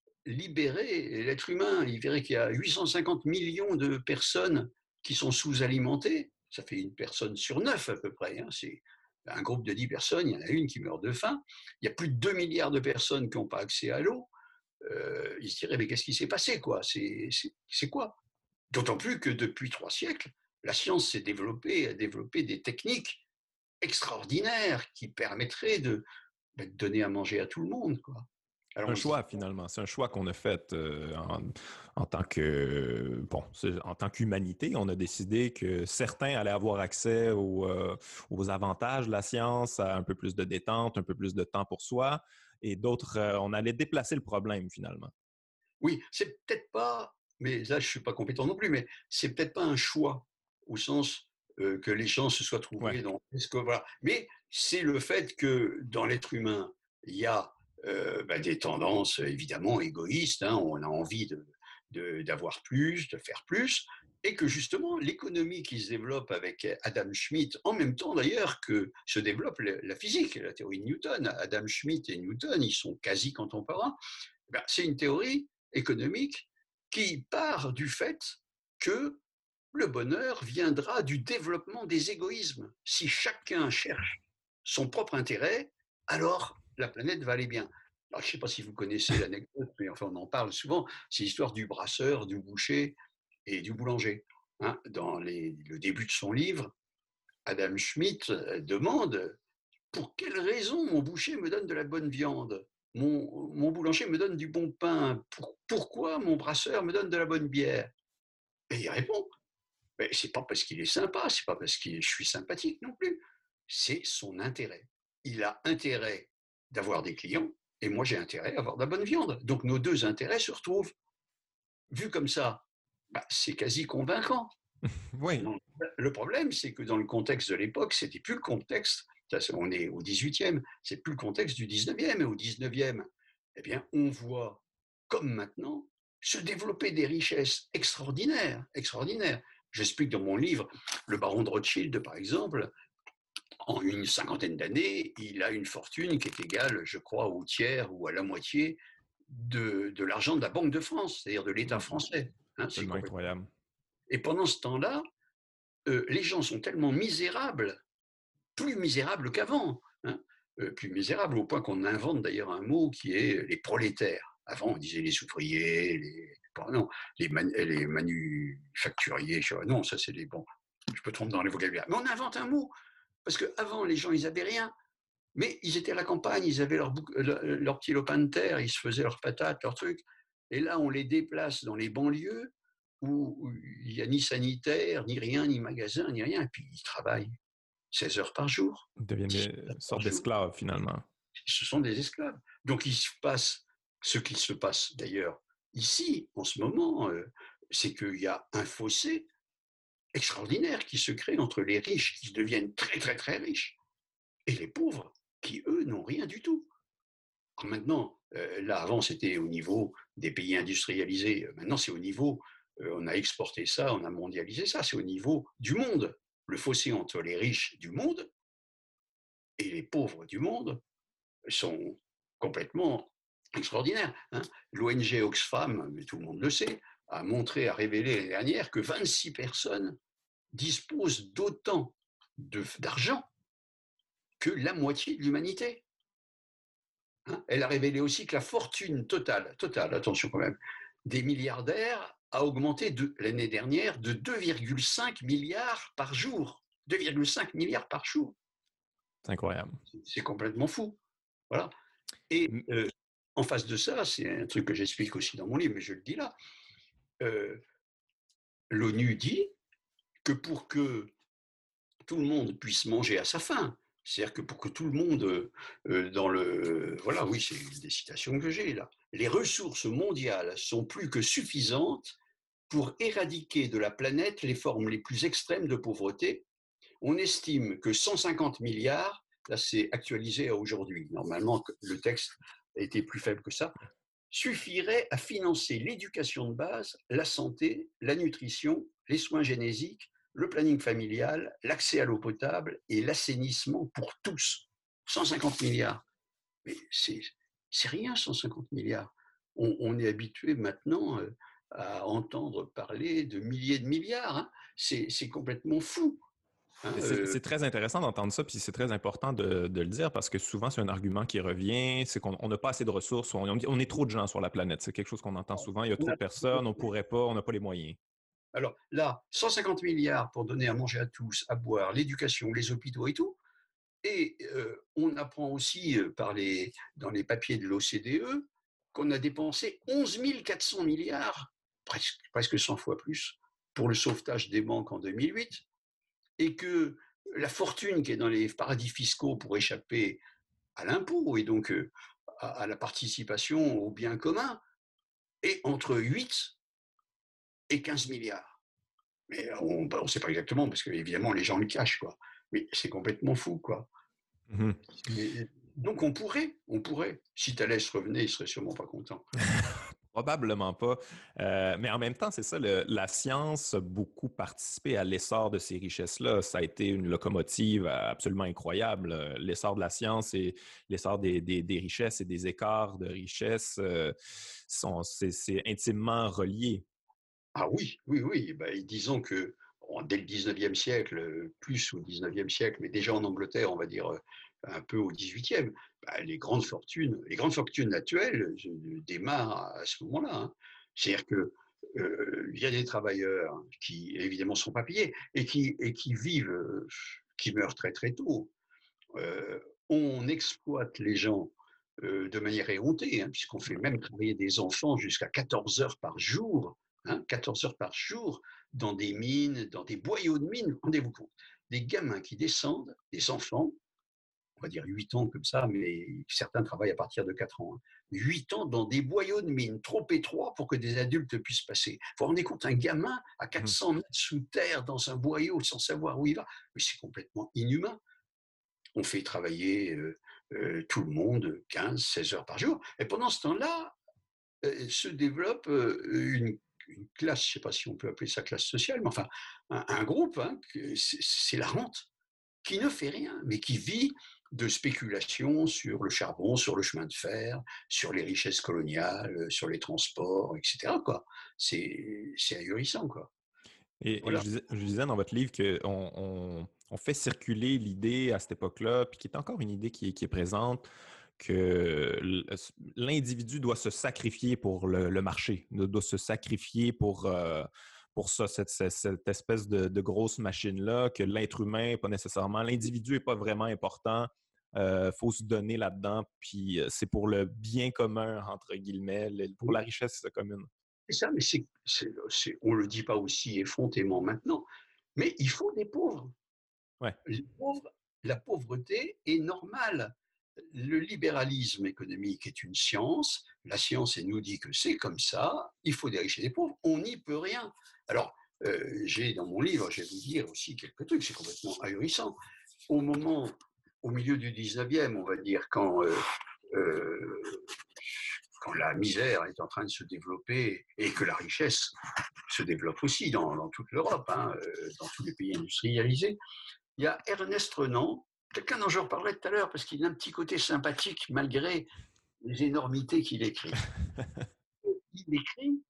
libérer l'être humain, il verrait qu'il y a huit cent cinquante millions de personnes qui sont sous-alimentées. Ça fait une personne sur neuf à peu près. Hein. C'est un groupe de dix personnes, il y en a une qui meurt de faim. Il y a plus de deux milliards de personnes qui n'ont pas accès à l'eau. Euh, il se dirait, mais qu'est-ce qui s'est passé, quoi? C'est, c'est, c'est quoi? D'autant plus que depuis trois siècles, la science s'est développée, a développé des techniques extraordinaires qui permettraient de, de donner à manger à tout le monde, quoi. Alors, un choix, dit, finalement. C'est un choix qu'on a fait euh, en, en tant que bon, en tant qu'humanité. On a décidé que certains allaient avoir accès aux, euh, aux avantages de la science, à un peu plus de détente, un peu plus de temps pour soi, et d'autres, euh, on allait déplacer le problème, finalement. Oui, c'est peut-être pas, mais là, je ne suis pas compétent non plus, mais c'est peut-être pas un choix, au sens euh, que les gens se soient trouvés ouais. dans... Que, voilà. Mais c'est le fait que dans l'être humain, il y a Euh, bah, des tendances évidemment égoïstes, hein, on a envie de, de, d'avoir plus, de faire plus, et que justement l'économie qui se développe avec Adam Smith, en même temps d'ailleurs que se développe la physique, la théorie de Newton, Adam Smith et Newton, ils sont quasi contemporains, ben, c'est une théorie économique qui part du fait que le bonheur viendra du développement des égoïsmes. Si chacun cherche son propre intérêt, alors la planète va aller bien. Alors, je ne sais pas si vous connaissez l'anecdote, mais enfin, on en parle souvent. C'est l'histoire du brasseur, du boucher et du boulanger. Hein, dans les, le début de son livre, Adam Smith demande pour quelle raison mon boucher me donne de la bonne viande, mon, mon boulanger me donne du bon pain, pour, pourquoi mon brasseur me donne de la bonne bière? Et il répond, mais c'est pas parce qu'il est sympa, c'est pas parce que je suis sympathique non plus, c'est son intérêt. Il a intérêt d'avoir des clients, et moi j'ai intérêt à avoir de la bonne viande. Donc nos deux intérêts se retrouvent. Vu comme ça, bah, c'est quasi convaincant. Oui. Non, le problème, c'est que dans le contexte de l'époque, c'était plus le contexte, on est au dix-huitième, c'est plus le contexte du dix-neuvième, et au dix-neuvième, eh bien, on voit, comme maintenant, se développer des richesses extraordinaires, extraordinaires. J'explique dans mon livre, le baron de Rothschild, par exemple, en une cinquantaine d'années, il a une fortune qui est égale, je crois, au tiers ou à la moitié de, de l'argent de la Banque de France, c'est-à-dire de l'État français. Hein, c'est Tellement complètement... incroyable. Et pendant ce temps-là, euh, les gens sont tellement misérables, plus misérables qu'avant, hein, euh, plus misérables au point qu'on invente d'ailleurs un mot qui est les prolétaires. Avant, on disait les ouvriers, les, non, les, man, les manufacturiers. Non, ça c'est des bons. Je peux tromper dans les vocabulaires. Mais on invente un mot parce qu'avant, les gens, ils n'avaient rien. Mais ils étaient à la campagne, ils avaient leur, leur, leur petit lopin de terre, ils se faisaient leurs patates, leurs trucs. Et là, on les déplace dans les banlieues où il n'y a ni sanitaire, ni rien, ni magasin, ni rien. Et puis, ils travaillent seize heures par jour. Ils deviennent une sorte d'esclaves, finalement. Ce sont des esclaves. Donc, il se passe ce qu'il se passe d'ailleurs ici, en ce moment, euh, c'est qu'il y a un fossé extraordinaire qui se crée entre les riches qui deviennent très, très, très riches et les pauvres qui, eux, n'ont rien du tout. Alors maintenant, euh, là, avant, c'était au niveau des pays industrialisés. Maintenant, c'est au niveau, euh, on a exporté ça, on a mondialisé ça, c'est au niveau du monde. Le fossé entre les riches du monde et les pauvres du monde sont complètement extraordinaires. Hein. L'O N G Oxfam, mais tout le monde le sait, a montré, a révélé l'année dernière que vingt-six personnes disposent d'autant d'argent que la moitié de l'humanité. Hein. Elle a révélé aussi que la fortune totale, totale, attention quand même, des milliardaires a augmenté l'année dernière de deux virgule cinq milliards par jour. deux virgule cinq milliards par jour. C'est incroyable. C'est complètement fou. Voilà. Et euh, en face de ça, c'est un truc que j'explique aussi dans mon livre, mais je le dis là, euh, l'ONU dit que pour que tout le monde puisse manger à sa faim, c'est-à-dire que pour que tout le monde, euh, dans le... Voilà, oui, c'est des citations que j'ai là. Les ressources mondiales sont plus que suffisantes pour éradiquer de la planète les formes les plus extrêmes de pauvreté. On estime que cent cinquante milliards, là c'est actualisé à aujourd'hui, normalement le texte était plus faible que ça, suffirait à financer l'éducation de base, la santé, la nutrition, les soins génésiques, le planning familial, l'accès à l'eau potable et l'assainissement pour tous. cent cinquante milliards. Mais c'est rien, cent cinquante milliards. On, on est habitué maintenant à entendre parler de milliers de milliards. Hein. C'est complètement fou. Hein, c'est euh... très intéressant d'entendre ça, puis c'est très important de, de, le dire parce que souvent c'est un argument qui revient, c'est qu'on n'a pas assez de ressources, on, on est trop de gens sur la planète, c'est quelque chose qu'on entend souvent, il y a trop de personnes, on ne pourrait pas, on n'a pas les moyens. Alors là, cent cinquante milliards pour donner à manger à tous, à boire, l'éducation, les hôpitaux et tout, et euh, on apprend aussi euh, par les, dans les papiers de l'O C D E qu'on a dépensé onze mille quatre cents milliards, presque, presque cent fois plus, pour le sauvetage des banques en deux mille huit, et que la fortune qui est dans les paradis fiscaux pour échapper à l'impôt et donc euh, à, à la participation au bien commun est entre huit et quinze milliards. Mais on ne sait pas exactement parce qu'évidemment les gens le cachent, quoi. Mais c'est complètement fou, quoi. Mmh. Et donc on pourrait, on pourrait. Si Thalès revenait, il serait sûrement pas content. Probablement pas. Euh, mais en même temps, c'est ça, le, la science a beaucoup participé à l'essor de ces richesses-là. Ça a été une locomotive absolument incroyable. L'essor de la science et l'essor des, des, des richesses et des écarts de richesses, euh, c'est intimement relié. Ah oui, oui, oui. Ben, disons que bon, dès le dix-neuvième siècle, plus au dix-neuvième siècle, mais déjà en Angleterre, on va dire un peu au dix-huitième, ben, les grandes fortunes, les grandes fortunes actuelles démarrent à ce moment-là. Hein. C'est-à-dire que euh, il y a des travailleurs qui évidemment sont pas payés et qui et qui vivent, qui meurent très très tôt. Euh, on exploite les gens euh, de manière éhontée, hein, puisqu'on fait même travailler des enfants jusqu'à quatorze heures par jour. Hein, quatorze heures par jour dans des mines, dans des boyaux de mines, rendez-vous compte, des gamins qui descendent, des enfants, on va dire huit ans comme ça, mais certains travaillent à partir de quatre ans, hein, huit ans dans des boyaux de mines trop étroits pour que des adultes puissent passer. Vous vous rendez compte, un gamin à quatre cents mètres sous terre dans un boyau sans savoir où il va, mais c'est complètement inhumain. On fait travailler euh, euh, tout le monde quinze, seize heures par jour, et pendant ce temps-là, euh, se développe euh, une une classe, je ne sais pas si on peut appeler ça classe sociale, mais enfin, un, un groupe, hein, c'est la rente, qui ne fait rien, mais qui vit de spéculation sur le charbon, sur le chemin de fer, sur les richesses coloniales, sur les transports, et cetera, quoi. C'est, c'est ahurissant, quoi. Et, et Voilà. je, disais, je disais dans votre livre qu'on on, on fait circuler l'idée à cette époque-là, puis qui est encore une idée qui est, qui est présente, que l'individu doit se sacrifier pour le, le marché, doit se sacrifier pour, euh, pour ça, cette, cette, cette espèce de, de grosse machine-là, que l'être humain, pas nécessairement, l'individu n'est pas vraiment important. Il euh, faut se donner là-dedans, puis c'est pour le bien commun, entre guillemets, pour la richesse commune. C'est ça, mais c'est, c'est, c'est, on ne le dit pas aussi effrontément maintenant, mais il faut des pauvres. Ouais. Les pauvres, la pauvreté est normale. Le libéralisme économique est une science. La science, elle nous dit que c'est comme ça. Il faut des riches et des pauvres. On n'y peut rien. Alors, euh, j'ai dans mon livre, je vais vous dire aussi quelques trucs. C'est complètement ahurissant. Au moment, au milieu du dix-neuvième, on va dire, quand euh, euh, quand la misère est en train de se développer et que la richesse se développe aussi dans, dans toute l'Europe, hein, dans tous les pays industrialisés, il y a Ernest Renan, quelqu'un dont je reparlerai tout à l'heure parce qu'il a un petit côté sympathique malgré les énormités qu'il écrit. Il écrit,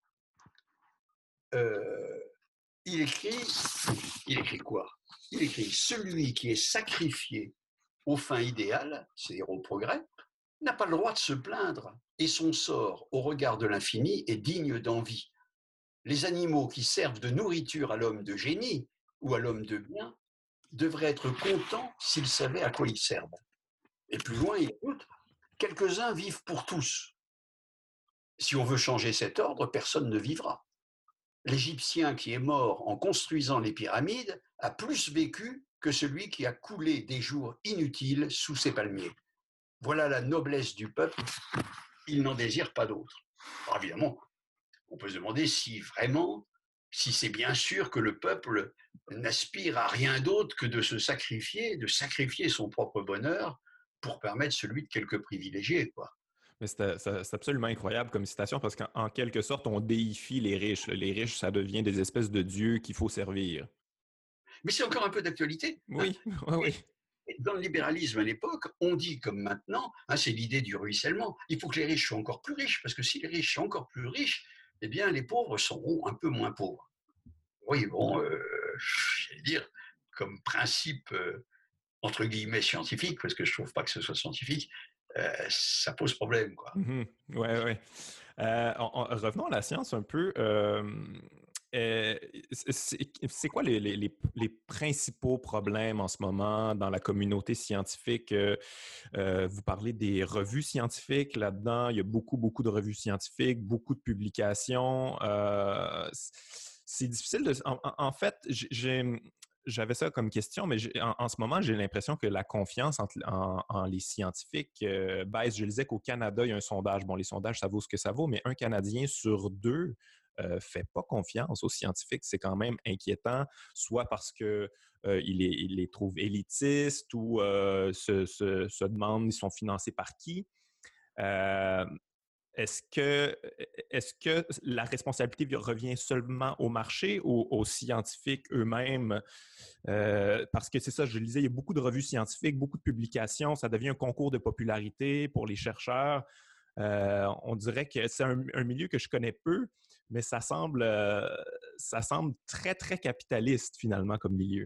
euh, il écrit, il écrit quoi? Il écrit celui qui est sacrifié aux fins idéales, c'est-à-dire au progrès, n'a pas le droit de se plaindre et son sort au regard de l'infini est digne d'envie. Les animaux qui servent de nourriture à l'homme de génie ou à l'homme de bien devraient être contents s'ils savaient à quoi ils servent. Et plus loin, il ajoute, quelques-uns vivent pour tous. Si on veut changer cet ordre, personne ne vivra. L'Égyptien qui est mort en construisant les pyramides a plus vécu que celui qui a coulé des jours inutiles sous ses palmiers. Voilà la noblesse du peuple, il n'en désire pas d'autre. Alors évidemment, on peut se demander si vraiment, si c'est bien sûr que le peuple n'aspire à rien d'autre que de se sacrifier, de sacrifier son propre bonheur pour permettre celui de quelques privilégiés, quoi. Mais c'est, c'est absolument incroyable comme citation parce qu'en quelque sorte, on déifie les riches. Les riches, ça devient des espèces de dieux qu'il faut servir. Mais c'est encore un peu d'actualité. Hein. Oui, oui, oui. Dans le libéralisme à l'époque, on dit comme maintenant, hein, c'est l'idée du ruissellement, il faut que les riches soient encore plus riches, parce que si les riches sont encore plus riches, eh bien les pauvres seront un peu moins pauvres. Oui, bon, euh, j'allais dire, comme principe, euh, entre guillemets, scientifique, parce que je ne trouve pas que ce soit scientifique, euh, ça pose problème, quoi. Mm-hmm. Ouais, ouais. Euh, en, en, revenons à la science un peu. Euh, euh, c'est, c'est quoi les, les, les, les principaux problèmes en ce moment dans la communauté scientifique? Euh, euh, vous parlez des revues scientifiques là-dedans. Il y a beaucoup, beaucoup de revues scientifiques, beaucoup de publications. Euh, c'est difficile de... En, en fait, j'ai... J'avais ça comme question, mais en, en, ce moment, j'ai l'impression que la confiance entre, en, en les scientifiques euh, baisse. Je lisais qu'au Canada, il y a un sondage. Bon, les sondages, ça vaut ce que ça vaut, mais un Canadien sur deux ne euh, fait pas confiance aux scientifiques. C'est quand même inquiétant, soit parce qu'il euh, les, il les trouve élitistes ou euh, se, se, se demande ils sont financés par qui. Euh, Est-ce que, est-ce que la responsabilité revient seulement au marché ou aux scientifiques eux-mêmes? Euh, parce que c'est ça, je le disais, il y a beaucoup de revues scientifiques, beaucoup de publications, ça devient un concours de popularité pour les chercheurs. Euh, on dirait que c'est un, un milieu que je connais peu, mais ça semble, euh, ça semble très, très capitaliste finalement comme milieu.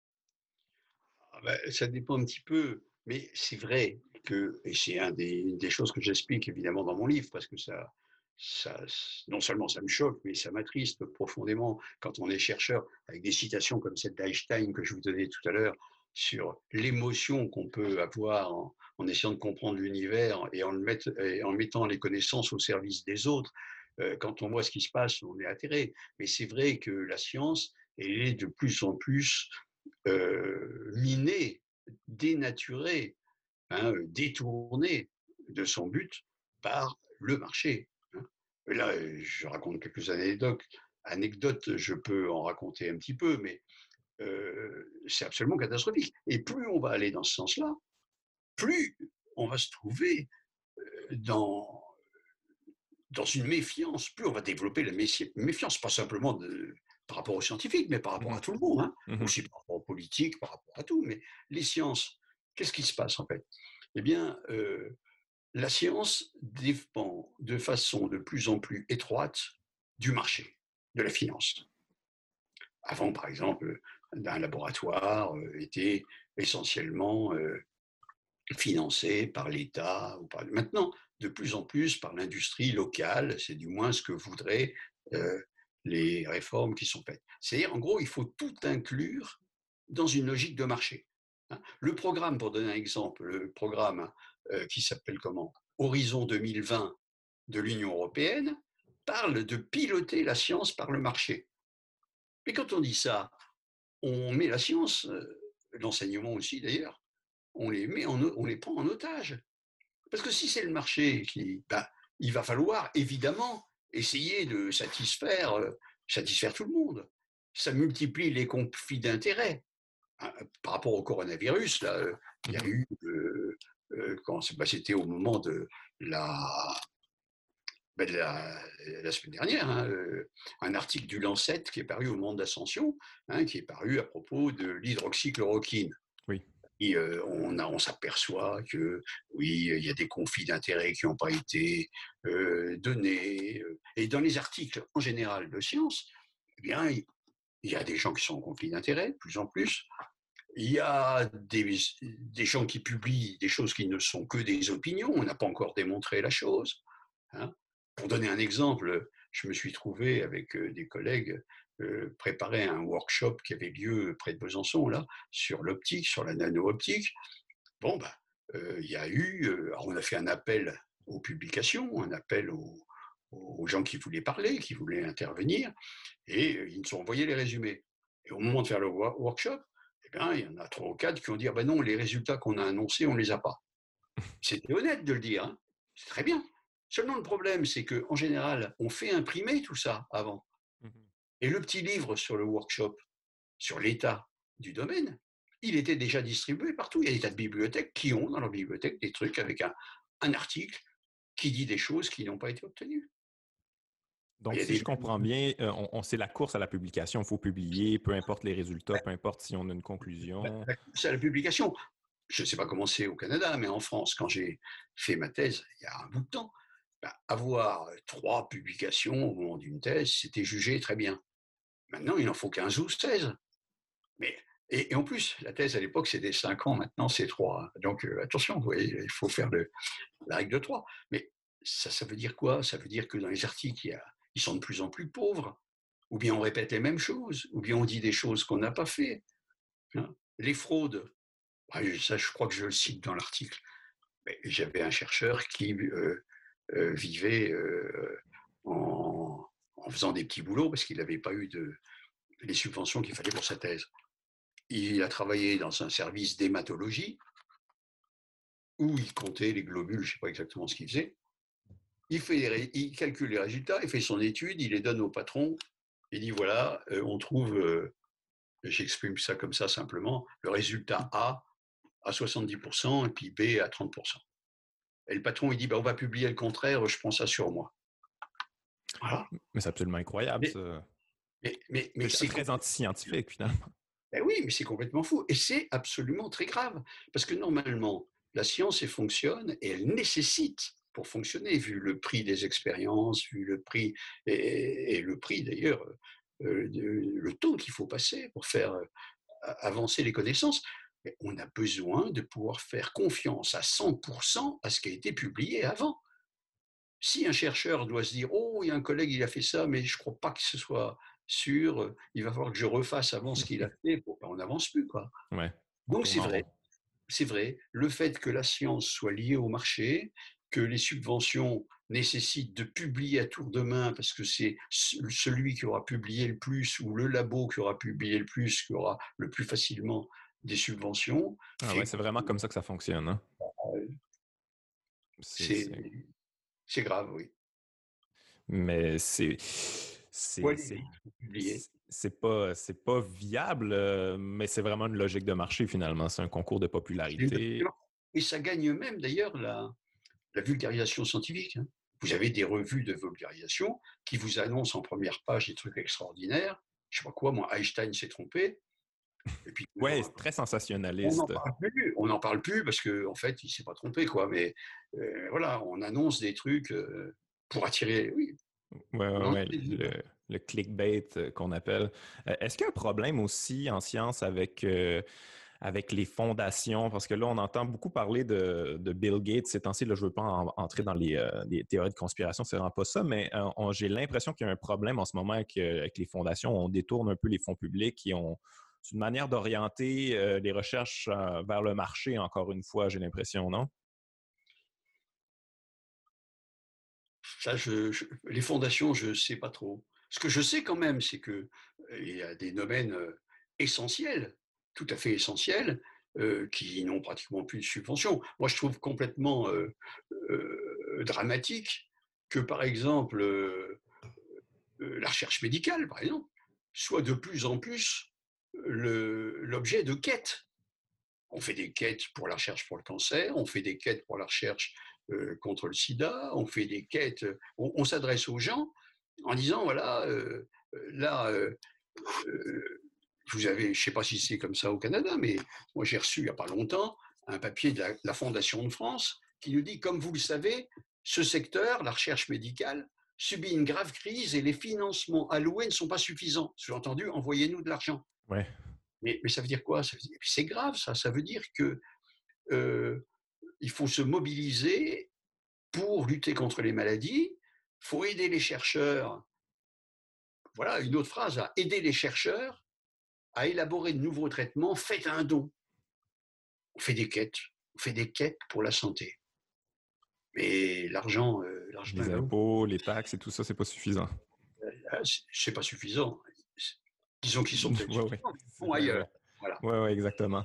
Ah ben, ça dépend un petit peu, mais c'est vrai que, et c'est un des, une des choses que j'explique évidemment dans mon livre, parce que ça, ça, non seulement ça me choque, mais ça m'attriste profondément quand on est chercheur, avec des citations comme celle d'Einstein que je vous donnais tout à l'heure, sur l'émotion qu'on peut avoir en, en essayant de comprendre l'univers et en, le mettre, et en mettant les connaissances au service des autres. Euh, quand on voit ce qui se passe, on est atterré. Mais c'est vrai que la science, elle est de plus en plus euh, minée, dénaturée, hein, détournée de son but par le marché. Hein. Et là, je raconte quelques anecdotes. Anecdotes, je peux en raconter un petit peu, mais euh, c'est absolument catastrophique. Et plus on va aller dans ce sens-là, plus on va se trouver dans, dans une méfiance, plus on va développer la méfiance, pas simplement de, par rapport aux scientifiques, mais par rapport Mm-hmm. à tout le monde, hein, Mm-hmm. aussi par rapport aux politiques, par rapport à tout. Mais les sciences, qu'est-ce qui se passe en fait? Eh bien, euh, la science dépend de façon de plus en plus étroite du marché, de la finance. Avant, par exemple, un laboratoire euh, était essentiellement euh, financé par l'État. Ou par... Maintenant, de plus en plus par l'industrie locale, c'est du moins ce que voudraient euh, les réformes qui sont faites. C'est-à-dire, en gros, il faut tout inclure dans une logique de marché. Le programme, pour donner un exemple, le programme euh, qui s'appelle comment? Horizon deux mille vingt de l'Union européenne, parle de piloter la science par le marché. Mais quand on dit ça, on met la science, euh, l'enseignement aussi d'ailleurs, on les, met en, on les prend en otage. Parce que si c'est le marché qui, ben, il va falloir évidemment essayer de satisfaire, euh, satisfaire tout le monde. Ça multiplie les conflits d'intérêts. Hein, par rapport au coronavirus, là, euh, il y a eu, euh, euh, quand ben, c'était au moment de la, ben, de la, la semaine dernière, hein, euh, un article du Lancet qui est paru au Monde d'Ascension, hein, qui est paru à propos de l'hydroxychloroquine. Oui. Et euh, on, on s'aperçoit que oui, il y a des conflits d'intérêts qui n'ont pas été euh, donnés. Et dans les articles en général de science, eh bien, il y a des gens qui sont en conflit d'intérêts, de plus en plus. Il y a des, des gens qui publient des choses qui ne sont que des opinions. On n'a pas encore démontré la chose. Hein. Pour donner un exemple, je me suis trouvé avec des collègues euh, préparer un workshop qui avait lieu près de Besançon, là, sur l'optique, sur la nano-optique. Bon, ben, euh, il y a eu, euh, on a fait un appel aux publications, un appel aux, aux gens qui voulaient parler, qui voulaient intervenir, et euh, ils nous ont envoyé les résumés. Et au moment de faire le workshop, eh bien, il y en a trois ou quatre qui ont dit, ah ben non, les résultats qu'on a annoncés, on ne les a pas. C'était honnête de le dire, hein. C'est très bien. Seulement, le problème, c'est qu'en général, on fait imprimer tout ça avant. Et le petit livre sur le workshop, sur l'état du domaine, il était déjà distribué partout. Il y a des tas de bibliothèques qui ont dans leur bibliothèque des trucs avec un, un article qui dit des choses qui n'ont pas été obtenues. Donc, Il y a si des... je comprends bien, euh, on, on c'est la course à la publication. Il faut publier, peu importe les résultats, peu importe si on a une conclusion. C'est la publication. Je ne sais pas comment c'est au Canada, mais en France, quand j'ai fait ma thèse il y a un bout de temps, ben, avoir trois publications au moment d'une thèse, c'était jugé très bien. Maintenant, il en faut quinze ou seize. Mais, et, et en plus, la thèse à l'époque, c'était cinq ans, maintenant c'est trois. Donc euh, attention, vous voyez, il faut faire le, la règle de trois. Mais ça, ça veut dire quoi? Ça veut dire que dans les articles, il y a, ils sont de plus en plus pauvres, ou bien on répète les mêmes choses, ou bien on dit des choses qu'on n'a pas fait. Hein. Les fraudes, ça je crois que je le cite dans l'article. J'avais un chercheur qui euh, euh, vivait euh, en, en faisant des petits boulots parce qu'il n'avait pas eu de, les subventions qu'il fallait pour sa thèse. Il a travaillé dans un service d'hématologie où il comptait les globules, je ne sais pas exactement ce qu'il faisait. Il, fait les, il calcule les résultats, il fait son étude, il les donne au patron, il dit voilà, euh, on trouve, euh, j'exprime ça comme ça simplement, le résultat A à soixante-dix pour cent et puis B à trente pour cent. Et le patron, il dit bah, on va publier le contraire, je prends ça sur moi. Voilà. Mais c'est absolument incroyable, mais, ça. Mais, mais, mais c'est c'est très anti-scientifique, finalement. Ben oui, mais c'est complètement fou. Et c'est absolument très grave. Parce que normalement, la science, elle fonctionne et elle nécessite, pour fonctionner, vu le prix des expériences, vu le prix, et, et le prix d'ailleurs, euh, le temps qu'il faut passer pour faire euh, avancer les connaissances, mais on a besoin de pouvoir faire confiance à cent pour cent à ce qui a été publié avant. Si un chercheur doit se dire « Oh, il y a un collègue, il a fait ça, mais je ne crois pas que ce soit sûr, il va falloir que je refasse avant ce qu'il a fait. » Bon, on n'avance plus, quoi. Ouais, Donc, c'est vrai, rond. c'est vrai, le fait que la science soit liée au marché, que les subventions nécessitent de publier à tour de main parce que c'est celui qui aura publié le plus ou le labo qui aura publié le plus qui aura le plus facilement des subventions. Ah ouais, c'est vraiment comme ça que ça fonctionne. Hein? C'est, c'est... c'est grave, oui. Mais c'est... C'est, c'est, c'est pas, c'est pas viable, mais c'est vraiment une logique de marché, finalement. C'est un concours de popularité. Et ça gagne même, d'ailleurs, la, la vulgarisation scientifique. Hein. Vous avez des revues de vulgarisation qui vous annoncent en première page des trucs extraordinaires. Je sais pas quoi, moi, Einstein s'est trompé. Et puis, Ouais, on c'est très n'en sensationnaliste. parle plus. On n'en parle plus parce qu'en en fait, il ne s'est pas trompé, quoi. Mais euh, voilà, on annonce des trucs euh, pour attirer. Oui, Ouais, on ouais, en a ouais, des le, viewers. le clickbait euh, qu'on appelle. Euh, Est-ce qu'il y a un problème aussi en science avec, euh, avec les fondations? Parce que là, on entend beaucoup parler de, de Bill Gates ces temps-ci. Là, je ne veux pas en- entrer dans les, euh, les théories de conspiration, c'est vraiment pas ça, mais euh, on- j'ai l'impression qu'il y a un problème en ce moment avec, euh, avec les fondations. On détourne un peu les fonds publics et on. C'est une manière d'orienter euh, les recherches euh, vers le marché, encore une fois, j'ai l'impression, non? Ça, je, je- les fondations, je ne sais pas trop. Ce que je sais quand même, c'est qu'il y a des domaines euh, essentiels, tout à fait essentiels, euh, qui n'ont pratiquement plus de subventions. Moi, je trouve complètement euh, euh, dramatique que, par exemple, euh, euh, la recherche médicale, par exemple, soit de plus en plus le- l'objet de quêtes. On fait des quêtes pour la recherche pour le cancer, on fait des quêtes pour la recherche euh, contre le sida, on fait des quêtes, on, on s'adresse aux gens en disant, voilà, euh, là, euh, euh, vous avez, je ne sais pas si c'est comme ça au Canada, mais moi j'ai reçu il n'y a pas longtemps un papier de la, la Fondation de France qui nous dit, comme vous le savez, ce secteur, la recherche médicale, subit une grave crise et les financements alloués ne sont pas suffisants. Sous-entendu, envoyez-nous de l'argent. Ouais. Mais, mais ça veut dire quoi? C'est grave, ça. Ça veut dire que euh, il faut se mobiliser pour lutter contre les maladies. Il faut aider les chercheurs. Voilà une autre phrase, à aider les chercheurs à élaborer de nouveaux traitements. Faites un don. On fait des quêtes. On fait des quêtes pour la santé. Mais l'argent, euh, l'argent Les est là-haut. impôts, les taxes et tout ça, c'est pas suffisant. Euh, C'est pas suffisant. Disons qu'ils sont peut-être Ouais, ouais. suffisants, mais ils C'est- sont Ouais, ailleurs. ouais. Voilà. Ouais, ouais, exactement.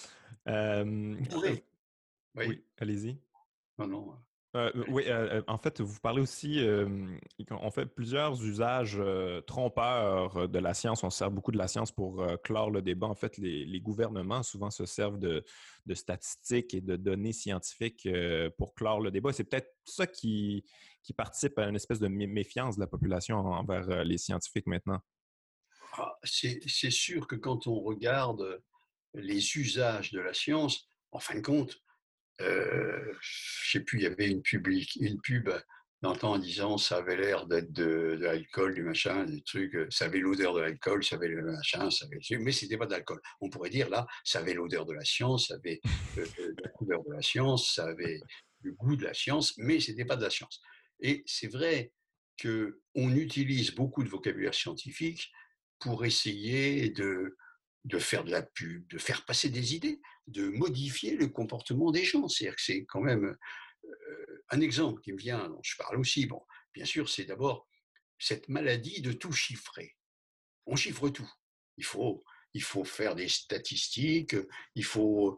Euh, Vous euh, pouvez. Oui. oui, allez-y. Non, non. Euh, Allez. oui, euh, euh, en fait, vous parlez aussi, euh, on fait plusieurs usages euh, trompeurs de la science. On se sert beaucoup de la science pour euh, clore le débat. En fait, les, les gouvernements souvent se servent de, de statistiques et de données scientifiques euh, pour clore le débat. C'est peut-être ça qui, qui participe à une espèce de mé- méfiance de la population envers euh, les scientifiques maintenant. Ah, c'est c'est sûr que quand on regarde les usages de la science, en fin de compte, euh, je sais plus, il y avait une, public, une pub dans le temps en disant ça avait l'air d'être de, de l'alcool, du machin, des trucs, euh, ça avait l'odeur de l'alcool, ça avait le machin, ça avait, mais c'était pas de l'alcool. On pourrait dire là, ça avait l'odeur de la science, ça avait euh, la couleur de la science, ça avait le goût de la science, mais c'était pas de la science. Et c'est vrai que on utilise beaucoup de vocabulaire scientifique pour essayer de, de faire de la pub, de faire passer des idées, de modifier le comportement des gens. C'est-à-dire que c'est quand même euh, un exemple qui me vient, dont je parle aussi. Bon, bien sûr, c'est d'abord cette maladie de tout chiffrer. On chiffre tout. Il faut, il faut faire des statistiques, il faut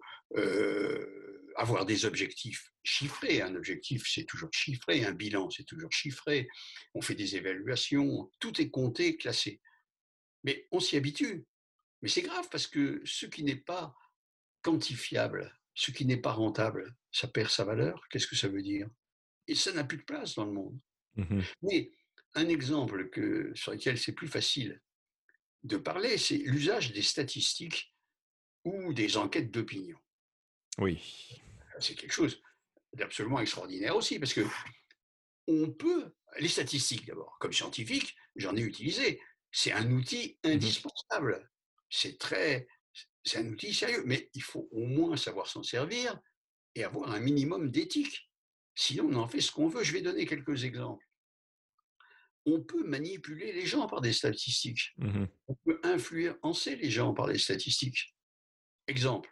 euh, avoir des objectifs chiffrés. Un objectif, c'est toujours chiffré, un bilan, c'est toujours chiffré. On fait des évaluations, tout est compté, classé. Mais on s'y habitue. Mais c'est grave parce que ce qui n'est pas quantifiable, ce qui n'est pas rentable, ça perd sa valeur. Qu'est-ce que ça veut dire? Et ça n'a plus de place dans le monde. Mhm. Mais un exemple que, sur lequel c'est plus facile de parler, c'est l'usage des statistiques ou des enquêtes d'opinion. Oui. C'est quelque chose d'absolument extraordinaire aussi, parce que on peut, les statistiques d'abord, comme scientifique, j'en ai utilisé. C'est un outil Mhm. indispensable. C'est très, c'est un outil sérieux, mais il faut au moins savoir s'en servir et avoir un minimum d'éthique. Sinon, on en fait ce qu'on veut. Je vais donner quelques exemples. On peut manipuler les gens par des statistiques. Mhm. On peut influencer les gens par des statistiques. Exemple,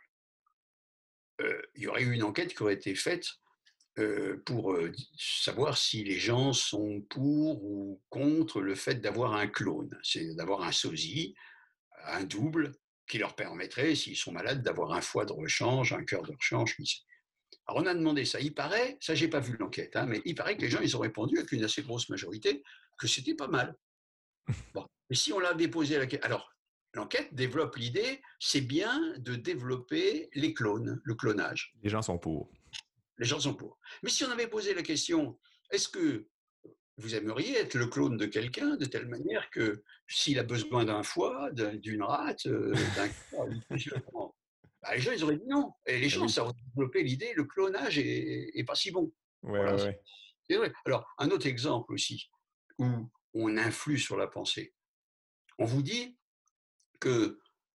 euh, il y aurait eu une enquête qui aurait été faite euh, pour euh, savoir si les gens sont pour ou contre le fait d'avoir un clone, c'est d'avoir un sosie, un double, qui leur permettrait, s'ils sont malades, d'avoir un foie de rechange, un cœur de rechange. Alors on a demandé ça. Il paraît, ça j'ai pas vu l'enquête, hein, mais il paraît que les gens ils ont répondu avec une assez grosse majorité que c'était pas mal. Bon, mais si on l'avait posé à la question, alors l'enquête développe l'idée, c'est bien de développer les clones, le clonage. Les gens sont pour. Les gens sont pour. Mais si on avait posé la question, est-ce que vous aimeriez être le clone de quelqu'un de telle manière que s'il a besoin d'un foie, d'un- d'une rate, euh, d'un cœur, il puisse le prendre. Bah, les gens, ils auraient dit non. Et les Eh gens, oui. ça aurait développé l'idée, le clonage est, est pas si bon. Ouais, Voilà, ouais, c'est ouais. c'est vrai. Alors, un autre exemple aussi, où on influe sur la pensée. On vous dit que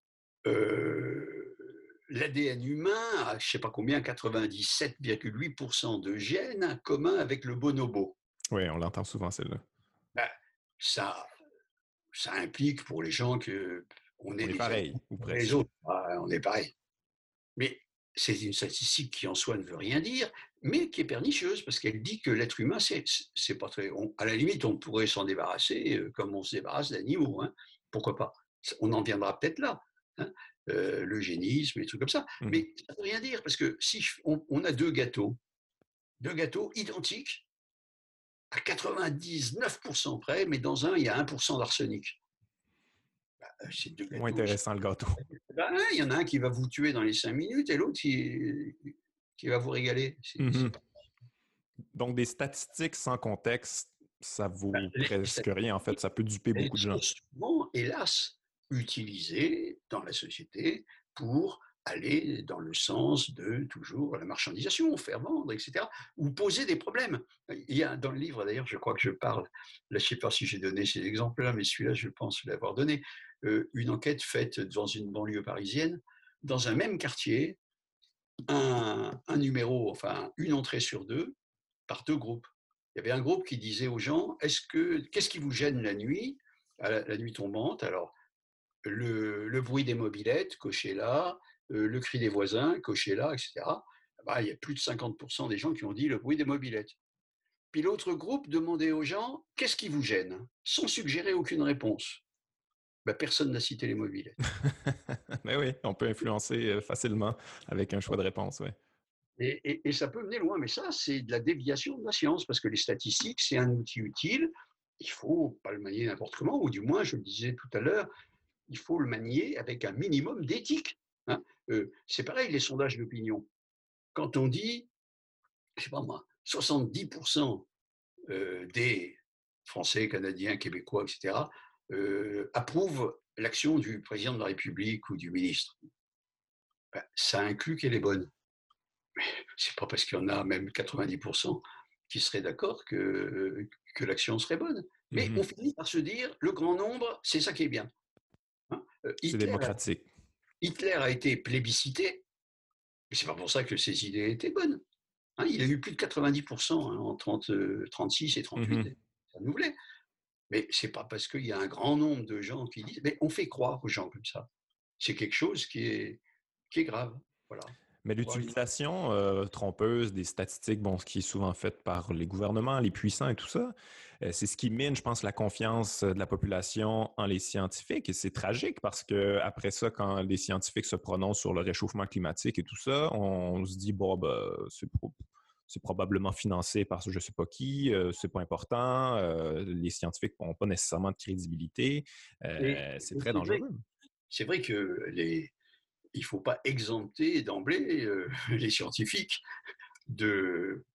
euh, l'A D N humain a, je ne sais pas combien, quatre-vingt-dix-sept virgule huit pour cent de gènes communs avec le bonobo. Oui, on l'entend souvent, celle-là. Ben, ça, ça implique pour les gens que on On est est les uns pareil, ou contre les presque. autres. Ah, on est pareil. Mais c'est une statistique qui en soi ne veut rien dire, mais qui est pernicieuse parce qu'elle dit que l'être humain, c'est, c'est pas très. On, à la limite, on pourrait s'en débarrasser euh, comme on se débarrasse d'animaux. Hein. Pourquoi pas? On en viendra peut-être là. Hein. Euh, l'eugénisme, et des trucs comme ça. Mhm. Mais ça ne veut rien dire parce que si je- on, on a deux gâteaux, deux gâteaux identiques à quatre-vingt-dix-neuf pour cent près, mais dans un, il y a un pour cent d'arsenic. Euh, Ces deux Moins gâteaux, ils sont. intéressant, le gâteau. Ben, il y en a un qui va vous tuer dans les cinq minutes et l'autre qui, qui va vous régaler. C'est, c'est Mhm. pas... Donc, des statistiques sans contexte, ça ben, vaut les presque rien, en fait. statistiques, Ça peut duper elles beaucoup de sont gens. souvent, hélas, utilisées dans la société pour aller dans le sens de toujours la marchandisation, faire vendre, et cetera, ou poser des problèmes. Il y a dans le livre, d'ailleurs, je crois que je parle, là, je ne sais pas si j'ai donné ces exemples-là, mais celui-là, je pense l'avoir donné, euh, une enquête faite dans une banlieue parisienne, dans un même quartier, un, un numéro, enfin une entrée sur deux, par deux groupes. Il y avait un groupe qui disait aux gens, est-ce que, qu'est-ce qui vous gêne la nuit, à la, la nuit tombante? Alors, le, le bruit des mobylettes, coché là, euh, le cri des voisins, coché là, et cetera. Bah, il y a plus de cinquante pour cent des gens qui ont dit le bruit des mobylettes. Puis l'autre groupe demandait aux gens, qu'est-ce qui vous gêne? Sans suggérer aucune réponse. Bah, personne n'a cité les mobylettes. Mais oui, on peut influencer euh, facilement avec un choix de réponse, ouais. Et, et, et, ça peut mener loin, mais ça, c'est de la déviation de la science, parce que les statistiques, c'est un outil utile. Il ne faut pas le manier n'importe comment, ou du moins, je le disais tout à l'heure, il faut le manier avec un minimum d'éthique. Hein. Euh, c'est pareil, les sondages d'opinion. Quand on dit, je ne sais pas moi, soixante-dix pour cent euh, des Français, Canadiens, Québécois, et cetera, euh, approuvent l'action du président de la République ou du ministre, ben, ça inclut qu'elle est bonne. C'est pas parce qu'il y en a même quatre-vingt-dix pour cent qui seraient d'accord que, que l'action serait bonne. Mais on Mhm. finit par se dire, le grand nombre, c'est ça qui est bien. Hein. Euh, C'est Hitler, a, démocratique. Hitler a été plébiscité, mais c'est pas pour ça que ses idées étaient bonnes. Hein, il a eu plus de quatre-vingt-dix pour cent hein, en trente, trente-six et trente-huit, Mhm. ça nous voulait. Mais c'est pas parce qu'il y a un grand nombre de gens qui disent, mais on fait croire aux gens comme ça. C'est quelque chose qui est, qui est grave. Voilà. Mais l'utilisation euh, trompeuse des statistiques, bon, ce qui est souvent fait par les gouvernements, les puissants et tout ça, euh, c'est ce qui mine, je pense, la confiance de la population en les scientifiques. Et c'est tragique parce que après ça, quand les scientifiques se prononcent sur le réchauffement climatique et tout ça, on, on se dit, bon, ben, c'est pro- c'est probablement financé par je ne sais pas qui, euh, c'est pas important, euh, les scientifiques n'ont pas nécessairement de crédibilité, Et, euh, c'est et très c'est vrai, dangereux. c'est vrai que les, il ne faut pas exempter d'emblée euh, les scientifiques de,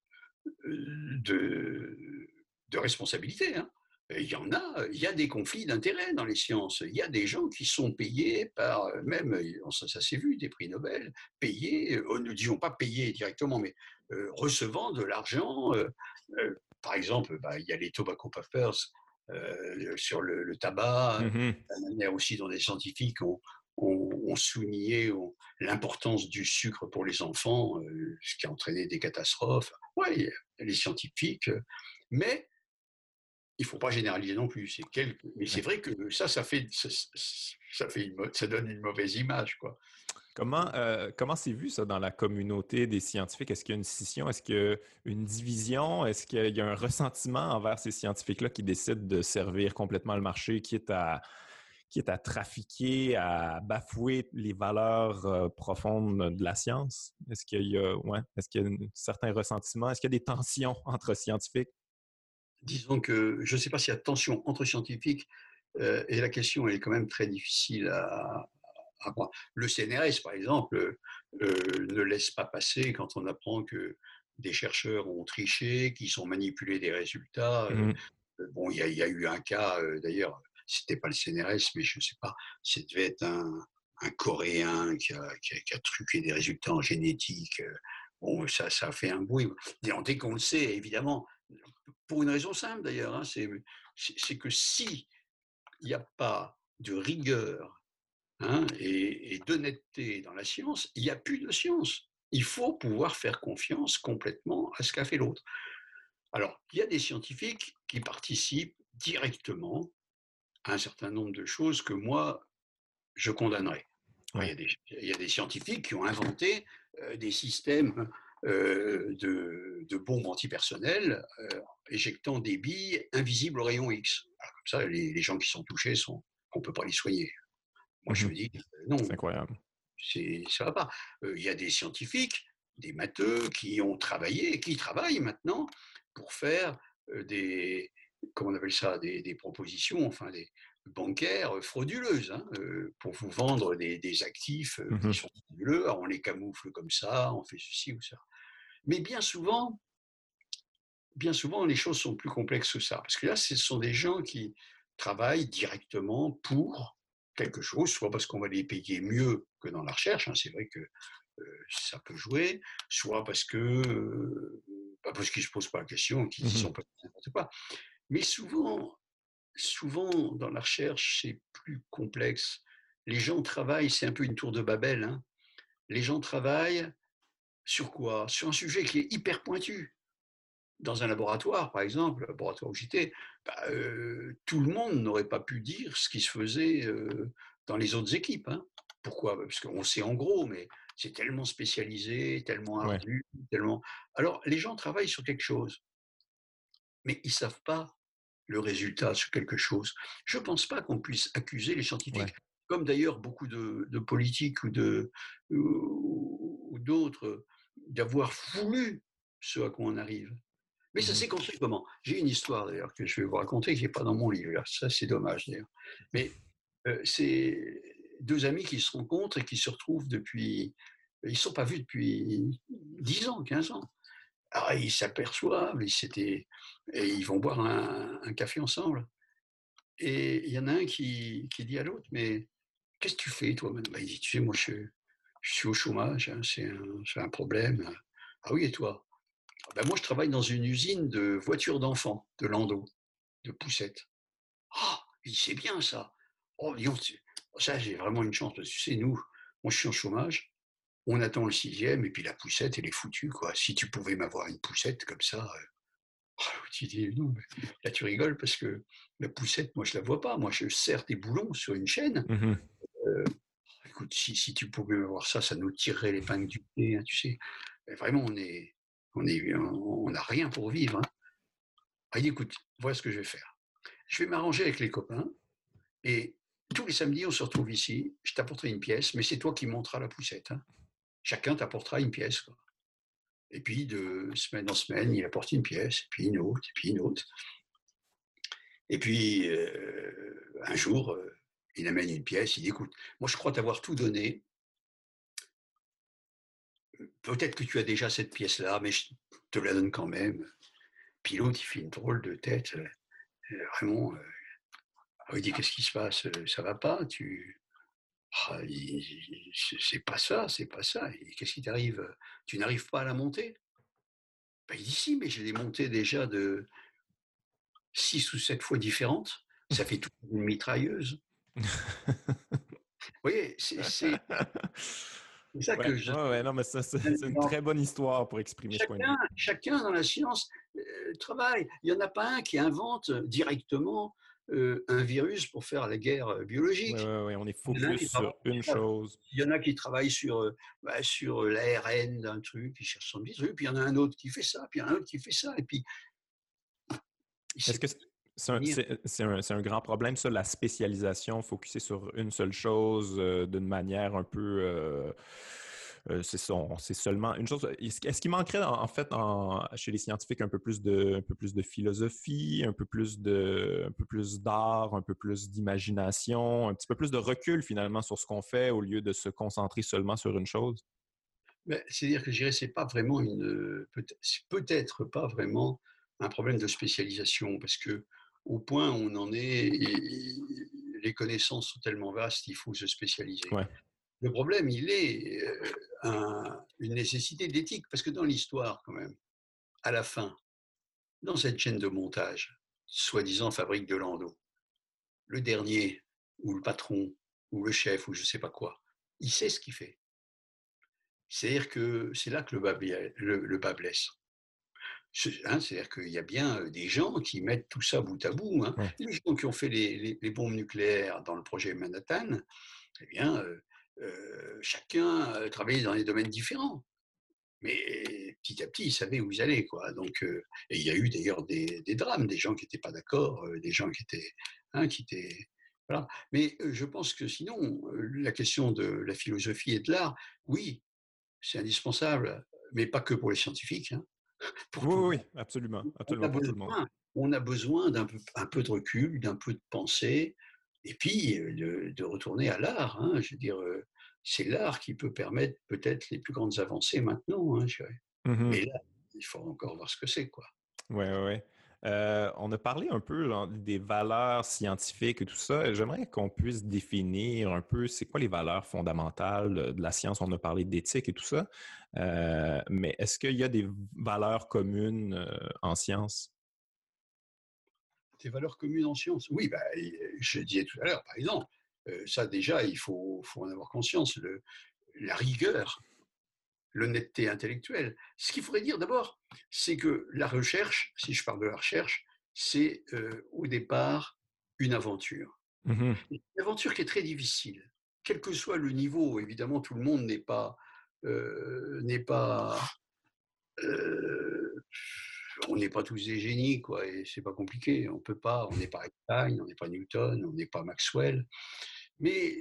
de, de responsabilité. Hein. Il y en a, il y a des conflits d'intérêts dans les sciences. Il y a des gens qui sont payés par, même, ça, ça s'est vu, des prix Nobel, payés, euh, ne disons pas payés directement, mais euh, recevant de l'argent. Euh, euh, par exemple, bah, il y a les Tobacco Papers euh, sur le, le tabac, Mhm. la manière aussi dont les scientifiques ont, ont, ont souligné l'importance du sucre pour les enfants, euh, ce qui a entraîné des catastrophes. Oui, les scientifiques, mais il ne faut pas généraliser non plus. C'est quelques... Mais c'est vrai que ça, ça fait, ça, ça fait une, ça donne une mauvaise image, quoi. Comment, euh, comment c'est vu ça dans la communauté des scientifiques? Est-ce qu'il y a une scission? Est-ce qu'il y a une division? Est-ce qu'il y a un ressentiment envers ces scientifiques-là qui décident de servir complètement le marché, qui est à, qui est à trafiquer, à bafouer les valeurs euh, profondes de la science? Est-ce qu'il y a, ouais, est-ce qu'il y a un certain ressentiment? Est-ce qu'il y a des tensions entre scientifiques? Disons que je ne sais pas s'il y a tension entre scientifiques, euh, et la question elle est quand même très difficile à, à voir. Le C N R S, par exemple, euh, ne laisse pas passer quand on apprend que des chercheurs ont triché, qu'ils ont manipulé des résultats. Euh, Mhm. Bon, il y a, il y a eu un cas, euh, d'ailleurs, c'était pas le C N R S, mais je sais pas, ça devait être un, un Coréen qui a, qui, a, qui a truqué des résultats en génétique. euh, Bon, ça, ça a fait un bruit. Dès qu'on le sait, évidemment, pour une raison simple d'ailleurs, hein, c'est, c'est, c'est que si il n'y a pas de rigueur, hein, et, et d'honnêteté dans la science, il n'y a plus de science. Il faut pouvoir faire confiance complètement à ce qu'a fait l'autre. Alors, il y a des scientifiques qui participent directement à un certain nombre de choses que moi, je condamnerais. Alors, il, y Ouais. a des, il y a des scientifiques qui ont inventé euh, des systèmes euh, de, de bombes antipersonnelles euh, éjectant des billes invisibles aux rayons X. Alors, comme ça, les, les gens qui sont touchés, sont, on ne peut pas les soigner. Moi, je Mhm. me dis, euh, non, C'est incroyable. c'est, ça ne va pas. Euh, il y a des scientifiques, des matheux qui ont travaillé et qui travaillent maintenant pour faire euh, des, comment on appelle ça, des, des propositions, enfin des bancaires euh, frauduleuses, hein, euh, pour vous vendre des, des actifs euh, qui Mhm. sont frauduleux. Alors, on les camoufle comme ça, on fait ceci ou ça. Mais bien souvent, bien souvent, les choses sont plus complexes que ça. Parce que là, ce sont des gens qui travaillent directement pour quelque chose, soit parce qu'on va les payer mieux que dans la recherche, hein, c'est vrai que euh, ça peut jouer, soit parce que euh, bah parce qu'ils ne se posent pas la question, qu'ils ne Mhm. sont pas n'importe quoi. Mais souvent, souvent, dans la recherche, c'est plus complexe. Les gens travaillent, c'est un peu une tour de Babel, hein. Les gens travaillent sur quoi? Sur un sujet qui est hyper pointu. Dans un laboratoire, par exemple, le laboratoire où j'étais, bah, euh, tout le monde n'aurait pas pu dire ce qui se faisait euh, dans les autres équipes, hein. Pourquoi? Parce qu'on sait en gros, mais c'est tellement spécialisé, tellement Ouais. ardu, tellement. Alors, les gens travaillent sur quelque chose, mais ils ne savent pas le résultat sur quelque chose. Je ne pense pas qu'on puisse accuser les Ouais. scientifiques, comme d'ailleurs beaucoup de, de politiques ou, de, ou, ou d'autres, d'avoir voulu ce à quoi on arrive. Mais ça Mhm. s'est construit comment? J'ai une histoire d'ailleurs que je vais vous raconter qui n'est pas dans mon livre. Là. Ça, c'est dommage d'ailleurs. Mais euh, c'est deux amis qui se rencontrent et qui se retrouvent depuis. Ils ne sont pas vus depuis dix ans, quinze ans. Alors, ils s'aperçoivent, ils, s'étaient- et ils vont boire un, un café ensemble. Et il y en a un qui, qui dit à l'autre, mais qu'est-ce que tu fais, toi, maintenant? Bah, il dit, tu sais, moi, je, je suis au chômage, hein, c'est un, c'est un problème. Ah oui, et toi? Ah ben, moi, je travaille dans une usine de voitures d'enfants, de landau, de poussettes. Ah, il dit, c'est bien ça. Oh, dis donc, ça, j'ai vraiment une chance, parce que tu sais, nous, moi, je suis en chômage, on attend le sixième, et puis la poussette, elle est foutue, quoi. Si tu pouvais m'avoir une poussette comme ça, euh, oh, tu dis, non, mais là, tu rigoles, parce que la poussette, moi, je la vois pas. Moi, je serre des boulons sur une chaîne. Mhm. Euh, Écoute, si, si tu pouvais m'avoir ça, ça nous tirerait l'épingle du nez, hein, tu sais. Et vraiment, on est, on est, on n'a rien pour vivre, hein. Ah, il dit, écoute, voilà ce que je vais faire. Je vais m'arranger avec les copains et tous les samedis, on se retrouve ici. Je t'apporterai une pièce, mais c'est toi qui monteras la poussette, hein. Chacun t'apportera une pièce, quoi. Et puis, de semaine en semaine, il apporte une pièce, et puis une autre, et puis une autre. Et puis, euh, un jour, euh, il amène une pièce, il dit, écoute, moi, je crois t'avoir tout donné. Peut-être que tu as déjà cette pièce-là, mais je te la donne quand même. Puis l'autre, il fait une drôle de tête. euh, Vraiment, euh, il dit, qu'est-ce qui se passe? Ça va pas? Tu, Ah, il- c'est pas ça, c'est pas ça. Et qu'est-ce qui t'arrive? Tu n'arrives pas à la monter? Ben, il dit si, mais je l'ai montée déjà de six ou sept fois différentes. Ça fait toute une mitrailleuse. Vous voyez, c'est c'est- c'est ça Ouais, que je. ouais, ouais, non, mais ça, c'est c'est une Non, très bonne histoire pour exprimer ce point de chacun, vue. chacun dans la science euh, travaille. Il n'y en a pas un qui invente directement euh, un virus pour faire la guerre Ouais, biologique. ouais, ouais, on est Il y en a un focus qui travaille sur une sur ça. chose. Il y en a qui travaillent sur, euh, bah, sur l'A R N d'un truc, qui cherchent son petit truc, puis il y en a un autre qui fait ça, puis il y en a un autre qui fait ça, et puis il Est-ce sait que pas c'est c'est un, finir. c'est- c'est un- c'est un grand problème, ça, la spécialisation, focuser sur une seule chose euh, d'une manière un peu. euh, euh, c'est ça, on- c'est seulement une chose. Est-ce, est-ce qu'il manquerait en, en fait en- chez les scientifiques un peu plus de, un peu plus de philosophie, un peu plus de, un peu plus d'art, un peu plus d'imagination, un petit peu plus de recul finalement sur ce qu'on fait au lieu de se concentrer seulement sur une chose? Mais c'est-à-dire que je dirais, c'est pas vraiment une, peut-être, c'est peut-être pas vraiment un problème de spécialisation, parce que au point où on en est, et, et les connaissances sont tellement vastes, il faut se spécialiser. Ouais. Le problème, il est euh, un, une nécessité d'éthique, parce que dans l'histoire, quand même, à la fin, dans cette chaîne de montage, soi-disant fabrique de Landau, le dernier, ou le patron, ou le chef, ou je ne sais pas quoi, il sait ce qu'il fait. C'est-à-dire que c'est là que le bas, le, le bas blesse. Hein, c'est-à-dire qu'il y a bien des gens qui mettent tout ça bout à bout. Hein. Ouais. Les gens qui ont fait les, les, les bombes nucléaires dans le projet Manhattan, eh bien, euh, euh, chacun euh, travaillait dans des domaines différents. Mais petit à petit, ils savaient où ils allaient. Quoi. Donc, euh, et il y a eu d'ailleurs des, des drames, des gens qui n'étaient pas d'accord, euh, des gens qui étaient... Hein, qui étaient voilà. Mais euh, je pense que sinon, euh, la question de la philosophie et de l'art, oui, c'est indispensable, mais pas que pour les scientifiques, hein, pour Oui, tout le oui, monde. oui, absolument. On a Absolument pour tout le monde. besoin, on a besoin d'un peu, un peu de recul, d'un peu de pensée, et puis euh, de, de retourner à l'art. Hein. Je veux dire, euh, c'est l'art qui peut permettre peut-être les plus grandes avancées maintenant. Hein, je dirais. Mhm. Mais là, il faut encore voir ce que c'est, quoi. Oui, oui, oui. Euh, on a parlé un peu genre, des valeurs scientifiques et tout ça. J'aimerais qu'on puisse définir un peu c'est quoi les valeurs fondamentales de la science. On a parlé d'éthique et tout ça. Euh, mais est-ce qu'il y a des valeurs communes euh, en science? Des valeurs communes en sciences. Oui, bah, je disais tout à l'heure, par exemple, euh, ça déjà, il faut, faut en avoir conscience, le, la rigueur, l'honnêteté intellectuelle. Ce qu'il faudrait dire d'abord, c'est que la recherche, si je parle de la recherche, c'est euh, au départ une aventure. Mhm. Une aventure qui est très difficile. Quel que soit le niveau, évidemment, tout le monde n'est pas, euh, n'est pas euh, on n'est pas tous des génies, quoi, et c'est pas compliqué. On peut pas, on n'est pas Einstein, on n'est pas Newton, on n'est pas Maxwell. Mais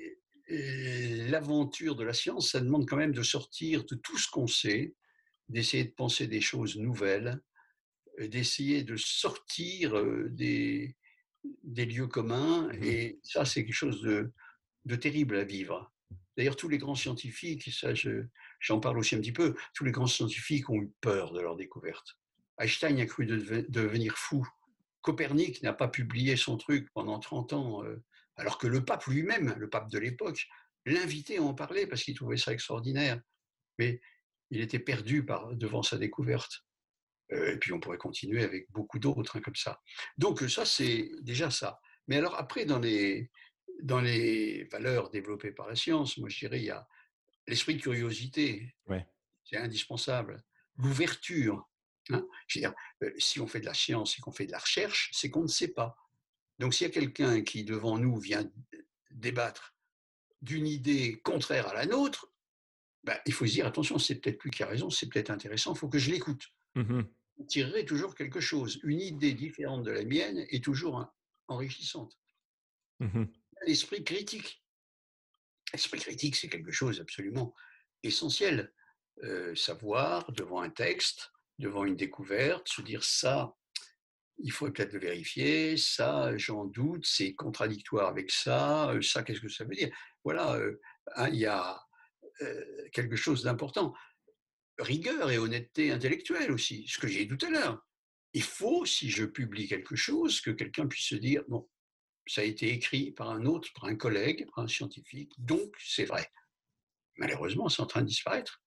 euh, l'aventure de la science, ça demande quand même de sortir de tout ce qu'on sait, d'essayer de penser des choses nouvelles, d'essayer de sortir euh, des, des lieux communs. Mhm. Et ça, c'est quelque chose de, de terrible à vivre. D'ailleurs, tous les grands scientifiques, ça, je, j'en parle aussi un petit peu, tous les grands scientifiques ont eu peur de leur découverte. Einstein a cru de, devenir fou. Copernic n'a pas publié son truc pendant trente ans, euh, alors que le pape lui-même, le pape de l'époque, l'invitait à en parler parce qu'il trouvait ça extraordinaire. Mais il était perdu par, devant sa découverte. Euh, et puis on pourrait continuer avec beaucoup d'autres hein, comme ça. Donc ça, c'est déjà ça. Mais alors après, dans les, dans les valeurs développées par la science, moi je dirais, il y a l'esprit de curiosité, Ouais. c'est indispensable. L'ouverture. Hein. Je veux dire, euh, si on fait de la science et qu'on fait de la recherche, c'est qu'on ne sait pas. Donc s'il y a quelqu'un qui, devant nous, vient débattre d'une idée contraire à la nôtre, ben, il faut se dire, attention, c'est peut-être lui qui a raison, c'est peut-être intéressant, il faut que je l'écoute. Mhm. On tirerait toujours quelque chose. Une idée différente de la mienne est toujours enrichissante. Mhm. L'esprit critique. L'esprit critique, c'est quelque chose absolument essentiel. Euh, savoir, devant un texte, devant une découverte, se dire ça, il faudrait peut-être le vérifier, ça, j'en doute, c'est contradictoire avec ça, ça, qu'est-ce que ça veut dire? Voilà, euh, hein, il y a euh, quelque chose d'important. Rigueur et honnêteté intellectuelle aussi, ce que j'ai dit tout à l'heure. Il faut, si je publie quelque chose, que quelqu'un puisse se dire, bon, ça a été écrit par un autre, par un collègue, par un scientifique, donc c'est vrai. Malheureusement, c'est en train de disparaître.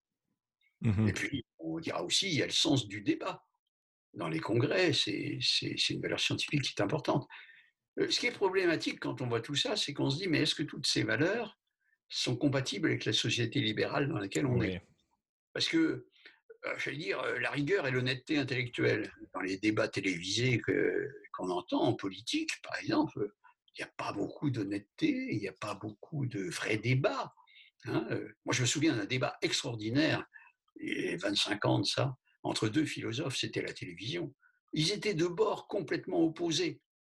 Et Mhm. puis, on dira aussi, il y a le sens du débat. Dans les congrès, c'est, c'est, c'est une valeur scientifique qui est importante. Euh, Ce qui est problématique quand on voit tout ça, c'est qu'on se dit, mais est-ce que toutes ces valeurs sont compatibles avec la société libérale dans laquelle on est? Oui. Parce que, euh, je vais dire, euh, la rigueur et l'honnêteté intellectuelle, dans les débats télévisés que, qu'on entend en politique, par exemple, il n'y a pas beaucoup d'honnêteté, il n'y a pas beaucoup de vrais débats. Hein. Moi, je me souviens d'un débat extraordinaire, il y a vingt-cinq ans de ça, entre deux philosophes, c'était la télévision. Ils étaient de bords complètement opposés.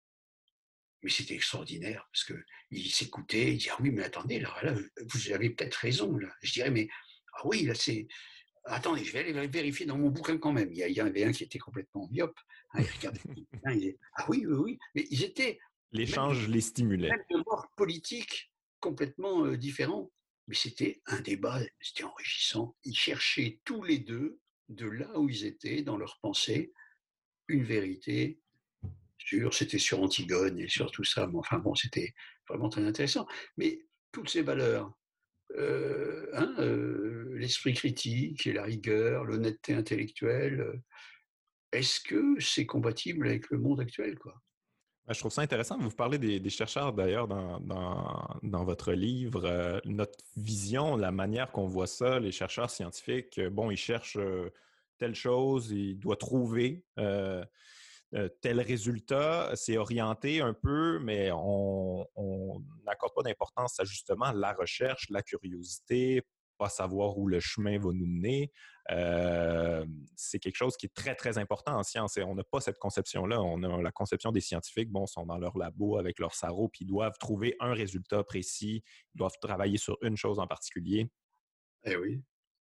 Mais c'était extraordinaire, parce qu'ils s'écoutaient, ils disaient, ah oui, mais attendez, là, là vous avez peut-être raison. Là. Je dirais, mais ah oui, là, c'est, attendez, je vais aller vérifier dans mon bouquin quand même. Il y, en avait un qui était complètement myope. Hein, il regardait, il disait, ah oui, oui, oui. Mais ils étaient même de, L'échange les stimulait. même de bords politiques complètement euh, différents. Mais c'était un débat, c'était enrichissant. Ils cherchaient tous les deux, de là où ils étaient, dans leur pensée, une vérité sûr, c'était sur Antigone et sur tout ça, mais enfin bon, c'était vraiment très intéressant. Mais toutes ces valeurs, euh, hein, euh, l'esprit critique et la rigueur, l'honnêteté intellectuelle, euh, est-ce que c'est compatible avec le monde actuel, quoi? Ben, je trouve ça intéressant. Vous parlez des, des chercheurs d'ailleurs dans, dans, dans votre livre. Euh, notre vision, la manière qu'on voit ça, les chercheurs scientifiques, euh, bon, ils cherchent euh, telle chose, ils doivent trouver euh, euh, tel résultat. C'est orienté un peu, mais on on n'accorde pas d'importance à justement la recherche, la curiosité, pas savoir où le chemin va nous mener. Euh, c'est quelque chose qui est très, très important en science. Et on n'a pas cette conception-là. On a la conception des scientifiques, bon, sont dans leur labo avec leur sarrau, puis ils doivent trouver un résultat précis, ils doivent travailler sur une chose en particulier. Eh oui.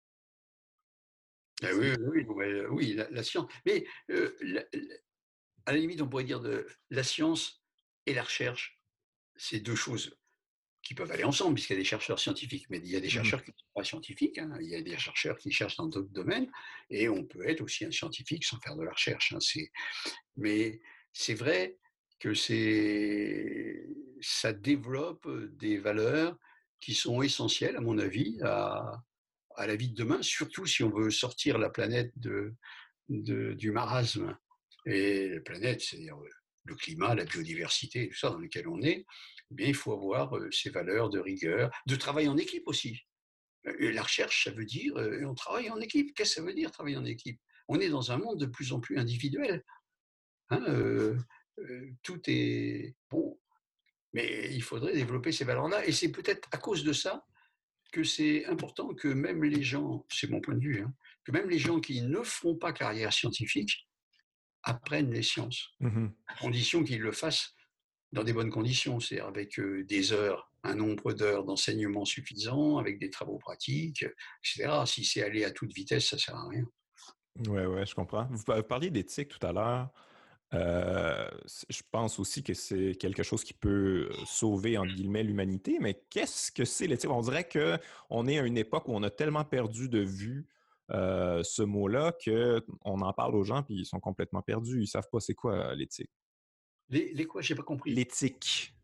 Eh oui, C'est... oui, oui, ouais, oui, la, la science. Mais euh, la- la- à la limite, on pourrait dire de la science et la recherche, c'est deux choses qui peuvent aller ensemble, puisqu'il y a des chercheurs scientifiques, mais il y a des Mhm. chercheurs qui ne sont pas scientifiques, hein. Il y a des chercheurs qui cherchent dans d'autres domaines, et on peut être aussi un scientifique sans faire de la recherche, hein. C'est, mais c'est vrai que c'est, ça développe des valeurs qui sont essentielles, à mon avis, à, à la vie de demain, surtout si on veut sortir la planète de, de, du marasme. Et la planète, c'est-à-dire le climat, la biodiversité, tout ça dans lequel on est, eh bien, il faut avoir euh, ces valeurs de rigueur, de travail en équipe aussi. Et la recherche, ça veut dire euh, on travaille en équipe. Qu'est-ce que ça veut dire travailler en équipe? On est dans un monde de plus en plus individuel. Hein, euh, euh, tout est bon, mais il faudrait développer ces valeurs-là. Et c'est peut-être à cause de ça que c'est important que même les gens, c'est mon point de vue, hein, que même les gens qui ne feront pas carrière scientifique apprennent les sciences, Mhm. à condition qu'ils le fassent dans des bonnes conditions, c'est-à-dire avec euh, des heures, un nombre d'heures d'enseignement suffisant, avec des travaux pratiques, et cetera. Si c'est aller à toute vitesse, ça ne sert à rien. Ouais, ouais, je comprends. Vous par- vous parliez d'éthique tout à l'heure. Euh, c- je pense aussi que c'est quelque chose qui peut euh, sauver, entre guillemets, l'humanité, mais qu'est-ce que c'est l'éthique? On dirait qu'on est à une époque où on a tellement perdu de vue euh, ce mot-là qu'on en parle aux gens puis ils sont complètement perdus. Ils ne savent pas c'est quoi euh, l'éthique. Les, les quoi, j'ai pas compris. L'éthique.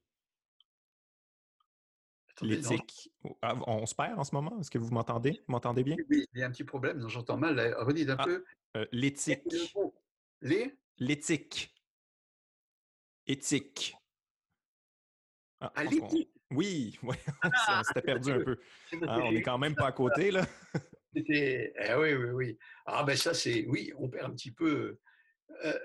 Attendez, non, L'éthique. Ah, on se perd en ce moment? Est-ce que vous m'entendez? Vous m'entendez bien? il y a un petit problème, j'entends mal. Là. Redites un Ah, peu. euh, Le l'éthique. mot. Les L'éthique. Éthique. Ah, je à pense qu'on... l'éthique. Oui, oui, on s- Ah, on s'était c'est parce perdu un que, peu. c'est parce Hein, que on est j'ai quand même pas à côté, là. c'était. Eh oui, oui, oui. Ah ben ça, c'est. Oui, on perd un petit peu. euh,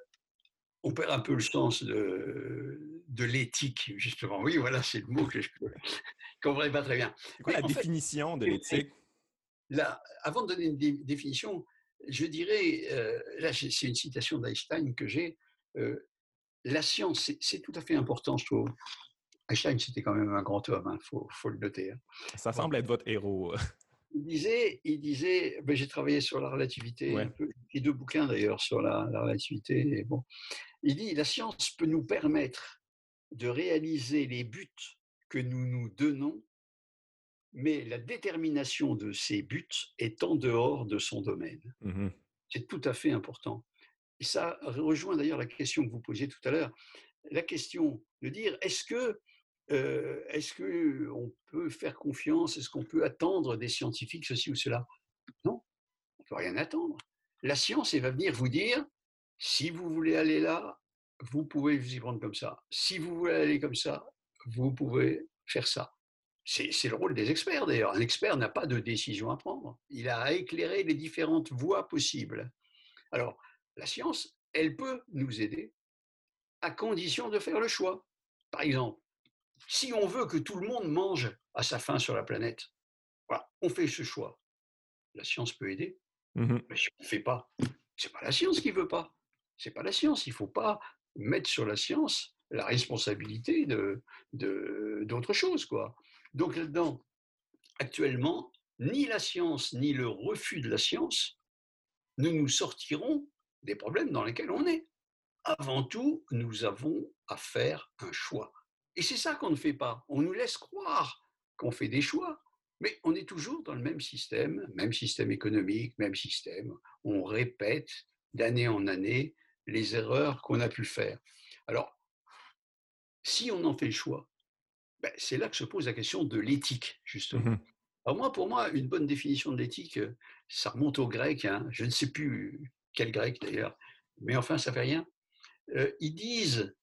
on perd un peu le sens de, de l'éthique, justement. Oui, voilà, c'est le mot que je ne comprends pas très bien. C'est quoi Mais la en fait, définition de c'est vrai. l'éthique? Là, avant de donner une dé- définition, je dirais, euh, là c'est une citation d'Einstein que j'ai, euh, la science, c'est c'est tout à fait important, je trouve. Einstein, c'était quand même un grand homme, il hein, faut, faut le noter. Hein. Ça Bon. semble être votre héros. Il disait, il disait ben, j'ai travaillé sur la relativité, un Ouais. peu, et deux bouquins d'ailleurs sur la, la relativité. Et bon. Il dit, la science peut nous permettre de réaliser les buts que nous nous donnons, mais la détermination de ces buts est en dehors de son domaine. Mhm. C'est tout à fait important. Et ça rejoint d'ailleurs la question que vous posiez tout à l'heure, la question de dire est-ce que euh, est-ce que on peut faire confiance, est-ce qu'on peut attendre des scientifiques ceci ou cela? Non, on ne peut rien attendre. La science, elle va venir vous dire si vous voulez aller là, vous pouvez vous y prendre comme ça. Si vous voulez aller comme ça, vous pouvez faire ça. C'est, c'est le rôle des experts d'ailleurs. Un expert n'a pas de décision à prendre. Il a à éclairer les différentes voies possibles. Alors, la science, elle peut nous aider à condition de faire le choix. Par exemple, si on veut que tout le monde mange à sa faim sur la planète, voilà, on fait ce choix. La science peut aider, Mhm. mais si on ne fait pas, c'est pas la science qui veut pas. C'est pas la science. Il ne faut pas mettre sur la science la responsabilité de, de, d'autre chose, quoi. Donc là-dedans, actuellement, ni la science ni le refus de la science ne nous sortiront des problèmes dans lesquels on est. Avant tout, nous avons à faire un choix. Et c'est ça qu'on ne fait pas. On nous laisse croire qu'on fait des choix, mais on est toujours dans le même système, même système économique, même système. On répète d'année en année les erreurs qu'on a pu faire. Alors, si on en fait le choix, ben, c'est là que se pose la question de l'éthique, justement. Mhm. Alors moi, pour moi, une bonne définition de l'éthique, euh, ça remonte au grec, hein. Je ne sais plus quel grec d'ailleurs, mais enfin, ça fait rien. Euh, ils disent,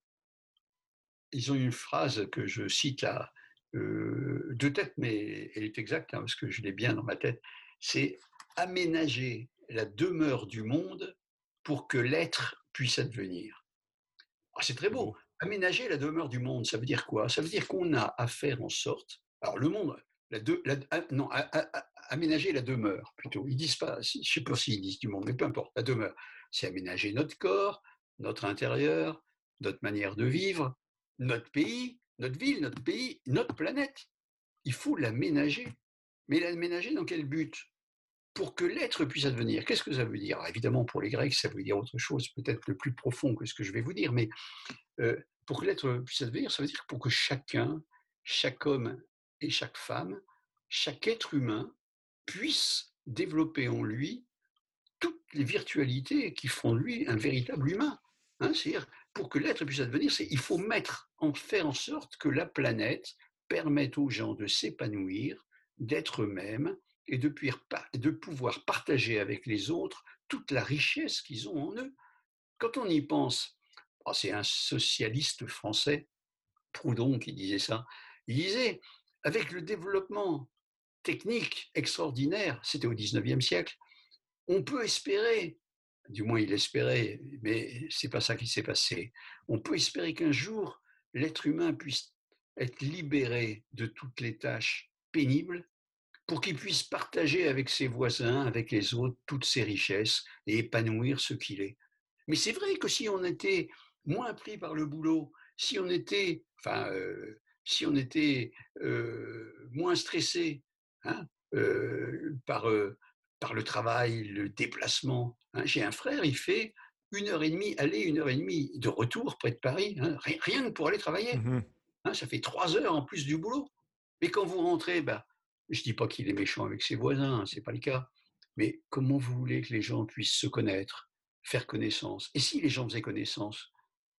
ils ont une phrase que je cite là, euh, de tête, mais elle est exacte, hein, parce que je l'ai bien dans ma tête, c'est aménager la demeure du monde pour que l'être puisse advenir. Ah, c'est très C'est beau. beau. Aménager la demeure du monde, ça veut dire quoi? Ça veut dire qu'on a à faire en sorte. Alors, le monde, la de, la, ah, non, à, à, à, aménager la demeure plutôt. Ils disent pas, je ne sais pas s'ils disent du monde, mais peu importe, la demeure. C'est aménager notre corps, notre intérieur, notre manière de vivre, notre pays, notre ville, notre pays, notre planète. Il faut l'aménager. Mais l'aménager dans quel but? Pour que l'être puisse advenir. Qu'est-ce que ça veut dire? Alors, évidemment, pour les Grecs, ça veut dire autre chose, peut-être le plus profond que ce que je vais vous dire, mais euh, pour que l'être puisse advenir, ça veut dire pour que chacun, chaque homme et chaque femme, chaque être humain puisse développer en lui toutes les virtualités qui font de lui un véritable humain. Hein, c'est-à-dire, pour que l'être puisse advenir, c'est, il faut mettre, en faire en sorte que la planète permette aux gens de s'épanouir, d'être eux-mêmes et de, de pouvoir partager avec les autres toute la richesse qu'ils ont en eux. Quand on y pense, oh, c'est un socialiste français, Proudhon, qui disait ça. Il disait, avec le développement technique extraordinaire, c'était au dix-neuvième siècle, on peut espérer, du moins il espérait, mais c'est pas ça qui s'est passé, on peut espérer qu'un jour, l'être humain puisse être libéré de toutes les tâches pénibles pour qu'il puisse partager avec ses voisins, avec les autres, toutes ses richesses et épanouir ce qu'il est. Mais c'est vrai que si on était moins pris par le boulot, si on était, enfin, euh, si on était euh, moins stressé, hein, euh, par, euh, par le travail, le déplacement. Hein. J'ai un frère, il fait une heure et demie aller, une heure et demie de retour près de Paris, hein, rien que pour aller travailler. Mhm. Hein, ça fait trois heures en plus du boulot. Mais quand vous rentrez, ben, je ne dis pas qu'il est méchant avec ses voisins, ce n'est pas le cas. Mais comment vous voulez que les gens puissent se connaître, faire connaissance? Et si les gens faisaient connaissance,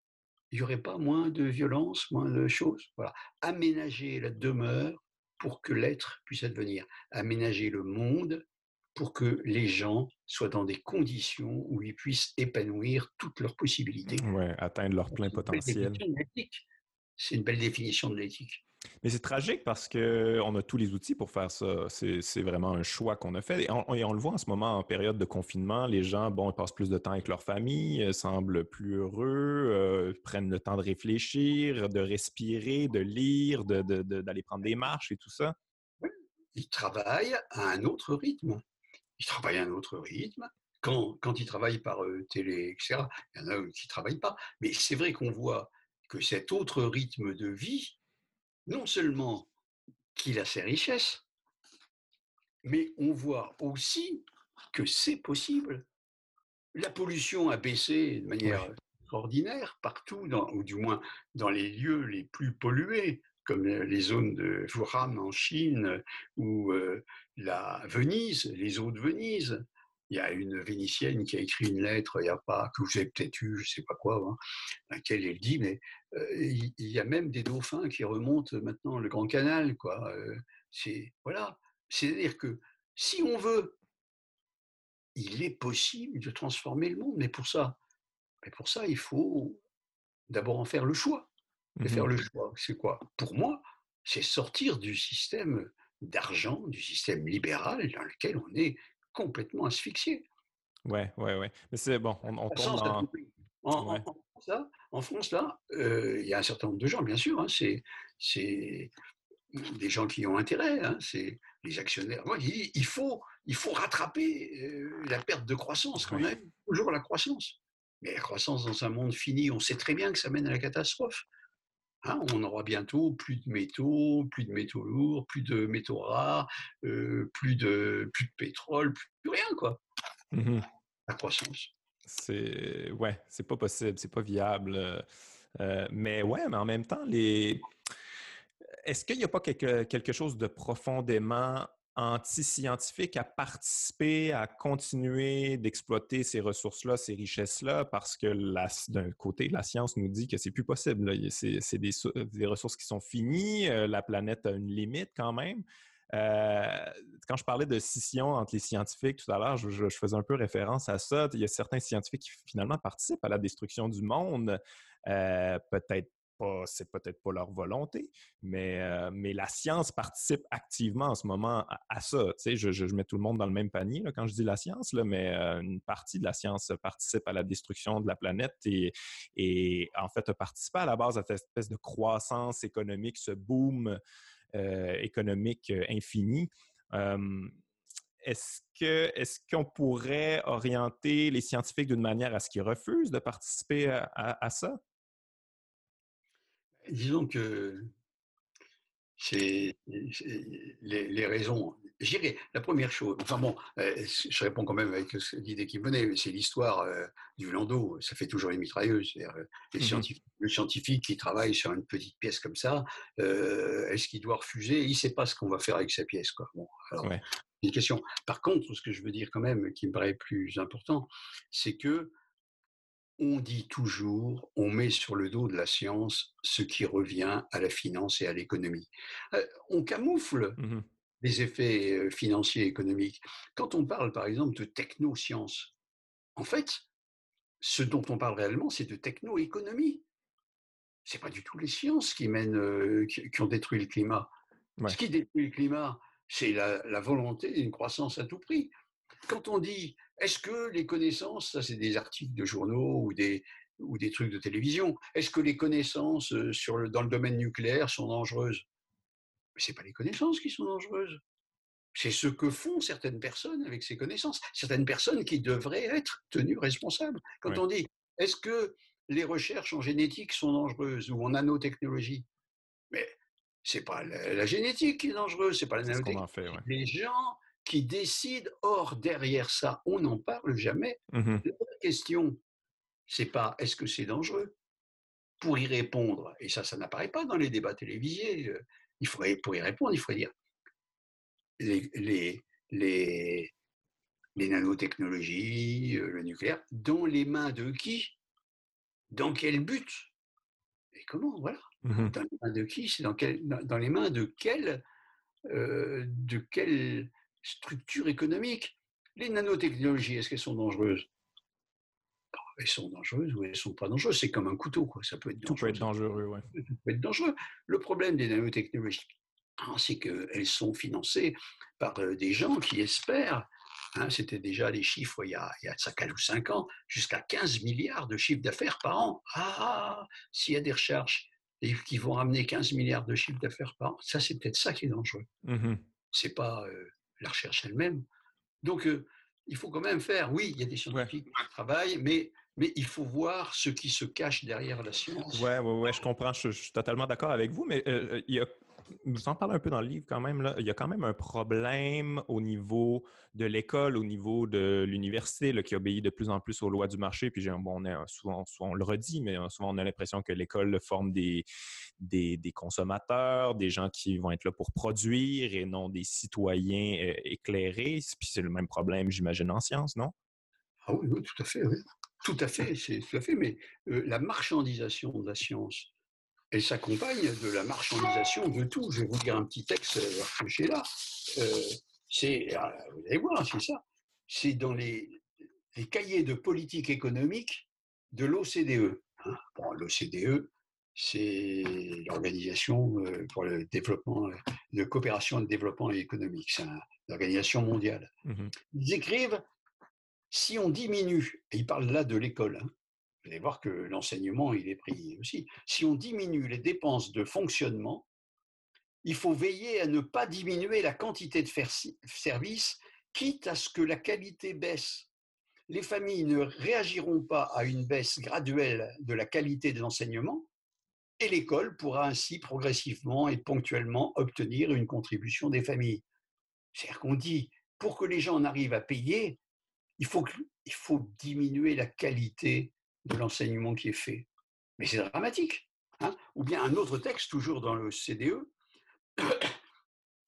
il n'y aurait pas moins de violence, moins de choses. Voilà. Aménager la demeure pour que l'être puisse advenir. Aménager le monde pour que les gens soient dans des conditions où ils puissent épanouir toutes leurs possibilités. Ouais, atteindre leur plein C'est une belle potentiel. définition de l'éthique. C'est une belle définition de l'éthique. Mais c'est tragique parce qu'on a tous les outils pour faire ça. C'est, c'est vraiment un choix qu'on a fait. Et on, et on le voit en ce moment en période de confinement. Les gens, bon, ils passent plus de temps avec leur famille, euh, semblent plus heureux, euh, prennent le temps de réfléchir, de respirer, de lire, de, de, de, d'aller prendre des marches et tout ça. Oui, ils travaillent à un autre rythme. Ils travaillent à un autre rythme. Quand, quand ils travaillent par euh, télé, et cetera, il y en a qui ne travaillent pas. Mais c'est vrai qu'on voit que cet autre rythme de vie, non seulement qu'il a ses richesses, mais on voit aussi que c'est possible. La pollution a baissé de manière Oui. extraordinaire partout, dans, ou du moins dans les lieux les plus pollués, comme les zones de Wuhan en Chine ou euh, la Venise, les eaux de Venise. Il y a une Vénitienne qui a écrit une lettre, il n'y a pas, que vous avez peut-être eu, je ne sais pas quoi, hein, dans laquelle elle dit, mais euh, il, il y a même des dauphins qui remontent maintenant le Grand Canal, quoi. Euh, c'est, voilà. C'est-à-dire que si on veut, il est possible de transformer le monde, mais pour ça, mais pour ça, il faut d'abord en faire le choix. Et faire Mhm. le choix, c'est quoi? Pour moi, c'est sortir du système d'argent, du système libéral dans lequel on est complètement asphyxié. Ouais, ouais, ouais. Mais c'est bon, on, on En tombe France, dans. en, Ouais. en- en France, là, en France, là, euh, il y a un certain nombre de gens, bien sûr, hein, c'est, c'est des gens qui ont intérêt, hein, c'est les actionnaires. Moi, il, il, faut, il faut rattraper euh, la perte de croissance qu'on Ouais. a eu, toujours la croissance. Mais la croissance dans un monde fini, on sait très bien que ça mène à la catastrophe. Hein, on aura bientôt plus de métaux, plus de métaux lourds, plus de métaux rares, euh, plus, de, plus de pétrole, plus, plus rien, quoi. Mhm. La croissance. C'est ouais, c'est pas possible, c'est pas viable. euh, euh, mais ouais, mais en même temps, les est-ce qu'il n'y a pas quelque, quelque chose de profondément anti-scientifique à participer, à continuer d'exploiter ces ressources-là, ces richesses-là, parce que la, d'un côté, la science nous dit que c'est plus possible. Là. C'est, c'est des, des ressources qui sont finies, euh, la planète a une limite quand même. Euh, quand je parlais de scission entre les scientifiques tout à l'heure, je, je, je faisais un peu référence à ça. Il y a certains scientifiques qui finalement participent à la destruction du monde, euh, peut-être pas, c'est peut-être pas leur volonté, mais, euh, mais la science participe activement en ce moment à, à ça. Tu sais, je, je, je mets tout le monde dans le même panier là, quand je dis la science, là, mais euh, une partie de la science participe à la destruction de la planète et, et en fait a participé à la base à cette espèce de croissance économique, ce boom euh, économique euh, infini. Euh, est-ce que, est-ce qu'on pourrait orienter les scientifiques d'une manière à ce qu'ils refusent de participer à, à, à ça? Disons que c'est, c'est les, les raisons. Je dirais, la première chose, enfin bon, euh, je réponds quand même avec l'idée qui me venait, mais c'est l'histoire euh, du landau. Ça fait toujours les mitrailleuses. C'est-à-dire, euh, les Mm-hmm. scientifiques, le scientifique qui travaille sur une petite pièce comme ça, euh, est-ce qu'il doit refuser? Il ne sait pas ce qu'on va faire avec sa pièce, quoi. Bon, alors, Ouais. c'est une question. Par contre, ce que je veux dire quand même, qui me paraît plus important, c'est que on dit toujours, on met sur le dos de la science ce qui revient à la finance et à l'économie. Euh, on camoufle Mm-hmm. les effets euh, financiers et économiques. Quand on parle, par exemple, de technosciences, en fait, ce dont on parle réellement, c'est de techno-économie. Ce n'est pas du tout les sciences qui, mènent, euh, qui, qui ont détruit le climat. Ouais. Ce qui détruit le climat, c'est la, la volonté d'une croissance à tout prix. Quand on dit, est-ce que les connaissances, ça c'est des articles de journaux ou des, ou des trucs de télévision, est-ce que les connaissances sur le, dans le domaine nucléaire sont dangereuses? Mais ce n'est pas les connaissances qui sont dangereuses. C'est ce que font certaines personnes avec ces connaissances. Certaines personnes qui devraient être tenues responsables. Quand Ouais. on dit, est-ce que les recherches en génétique sont dangereuses ou en nanotechnologie? Mais ce n'est pas la, la génétique qui est dangereuse, ce n'est pas la C'est ce qu'on nanotechnologie. en fait, ouais. Les gens qui décident, or derrière ça, on n'en parle jamais. Mm-hmm. La question, c'est pas est-ce que c'est dangereux? Pour y répondre, et ça, ça n'apparaît pas dans les débats télévisés, euh, il faudrait, pour y répondre, il faudrait dire les, les, les, les nanotechnologies, euh, le nucléaire, dans les mains de qui? Dans quel but? Et comment? Voilà. Hein, Mm-hmm. dans les mains de qui? C'est dans, quel, dans, dans les mains de quelle, euh, de quelle structure économique? Les nanotechnologies, est-ce qu'elles sont dangereuses? Elles sont dangereuses ou elles ne sont pas dangereuses. C'est comme un couteau, quoi. Ça peut être Tout peut dangereux, être ça dangereux, ouais. peut être dangereux. Le problème des nanotechnologies, hein, c'est qu'elles sont financées par euh, des gens qui espèrent, hein, c'était déjà les chiffres il y a, il y a ça quatre ou cinq ans, jusqu'à quinze milliards de chiffre d'affaires par an. Ah, s'il y a des recherches qui vont ramener quinze milliards de chiffre d'affaires par an, ça c'est peut-être ça qui est dangereux. Mm-hmm. C'est pas euh, la recherche elle-même. Donc, euh, il faut quand même faire, oui, il y a des Ouais. scientifiques qui travaillent, mais, mais il faut voir ce qui se cache derrière la science. Ouais, ouais, ouais, je comprends. Je, je suis totalement d'accord avec vous, mais euh, il y a, vous en parlez un peu dans le livre quand même, là. Il y a quand même un problème au niveau de l'école, au niveau de l'université, là, qui obéit de plus en plus aux lois du marché. Puis bon, on, est, souvent, souvent, on le redit, mais souvent on a l'impression que l'école forme des, des, des consommateurs, des gens qui vont être là pour produire et non des citoyens euh, éclairés. Puis c'est le même problème, j'imagine, en sciences, non? Ah oui, oui, tout à fait, oui. Tout à fait, c'est tout à fait, mais euh, la marchandisation de la science, elle s'accompagne de la marchandisation de tout. Je vais vous lire un petit texte euh, que j'ai là. Euh, c'est, ah, vous allez voir, c'est ça. C'est dans les, les cahiers de politique économique de l'O C D E. Hein. Bon, l'O C D E, c'est l'organisation euh, pour le développement, euh, de coopération et de développement économique. C'est une organisation mondiale. Mm-hmm. Ils écrivent, si on diminue, et ils parlent là de l'école, hein, vous allez voir que l'enseignement, il est pris aussi. Si on diminue les dépenses de fonctionnement, il faut veiller à ne pas diminuer la quantité de services, quitte à ce que la qualité baisse. Les familles ne réagiront pas à une baisse graduelle de la qualité de l'enseignement et l'école pourra ainsi progressivement et ponctuellement obtenir une contribution des familles. C'est-à-dire qu'on dit, pour que les gens en arrivent à payer, il faut, il faut diminuer la qualité de l'enseignement qui est fait. Mais c'est dramatique. Hein. Ou bien un autre texte, toujours dans le C D E,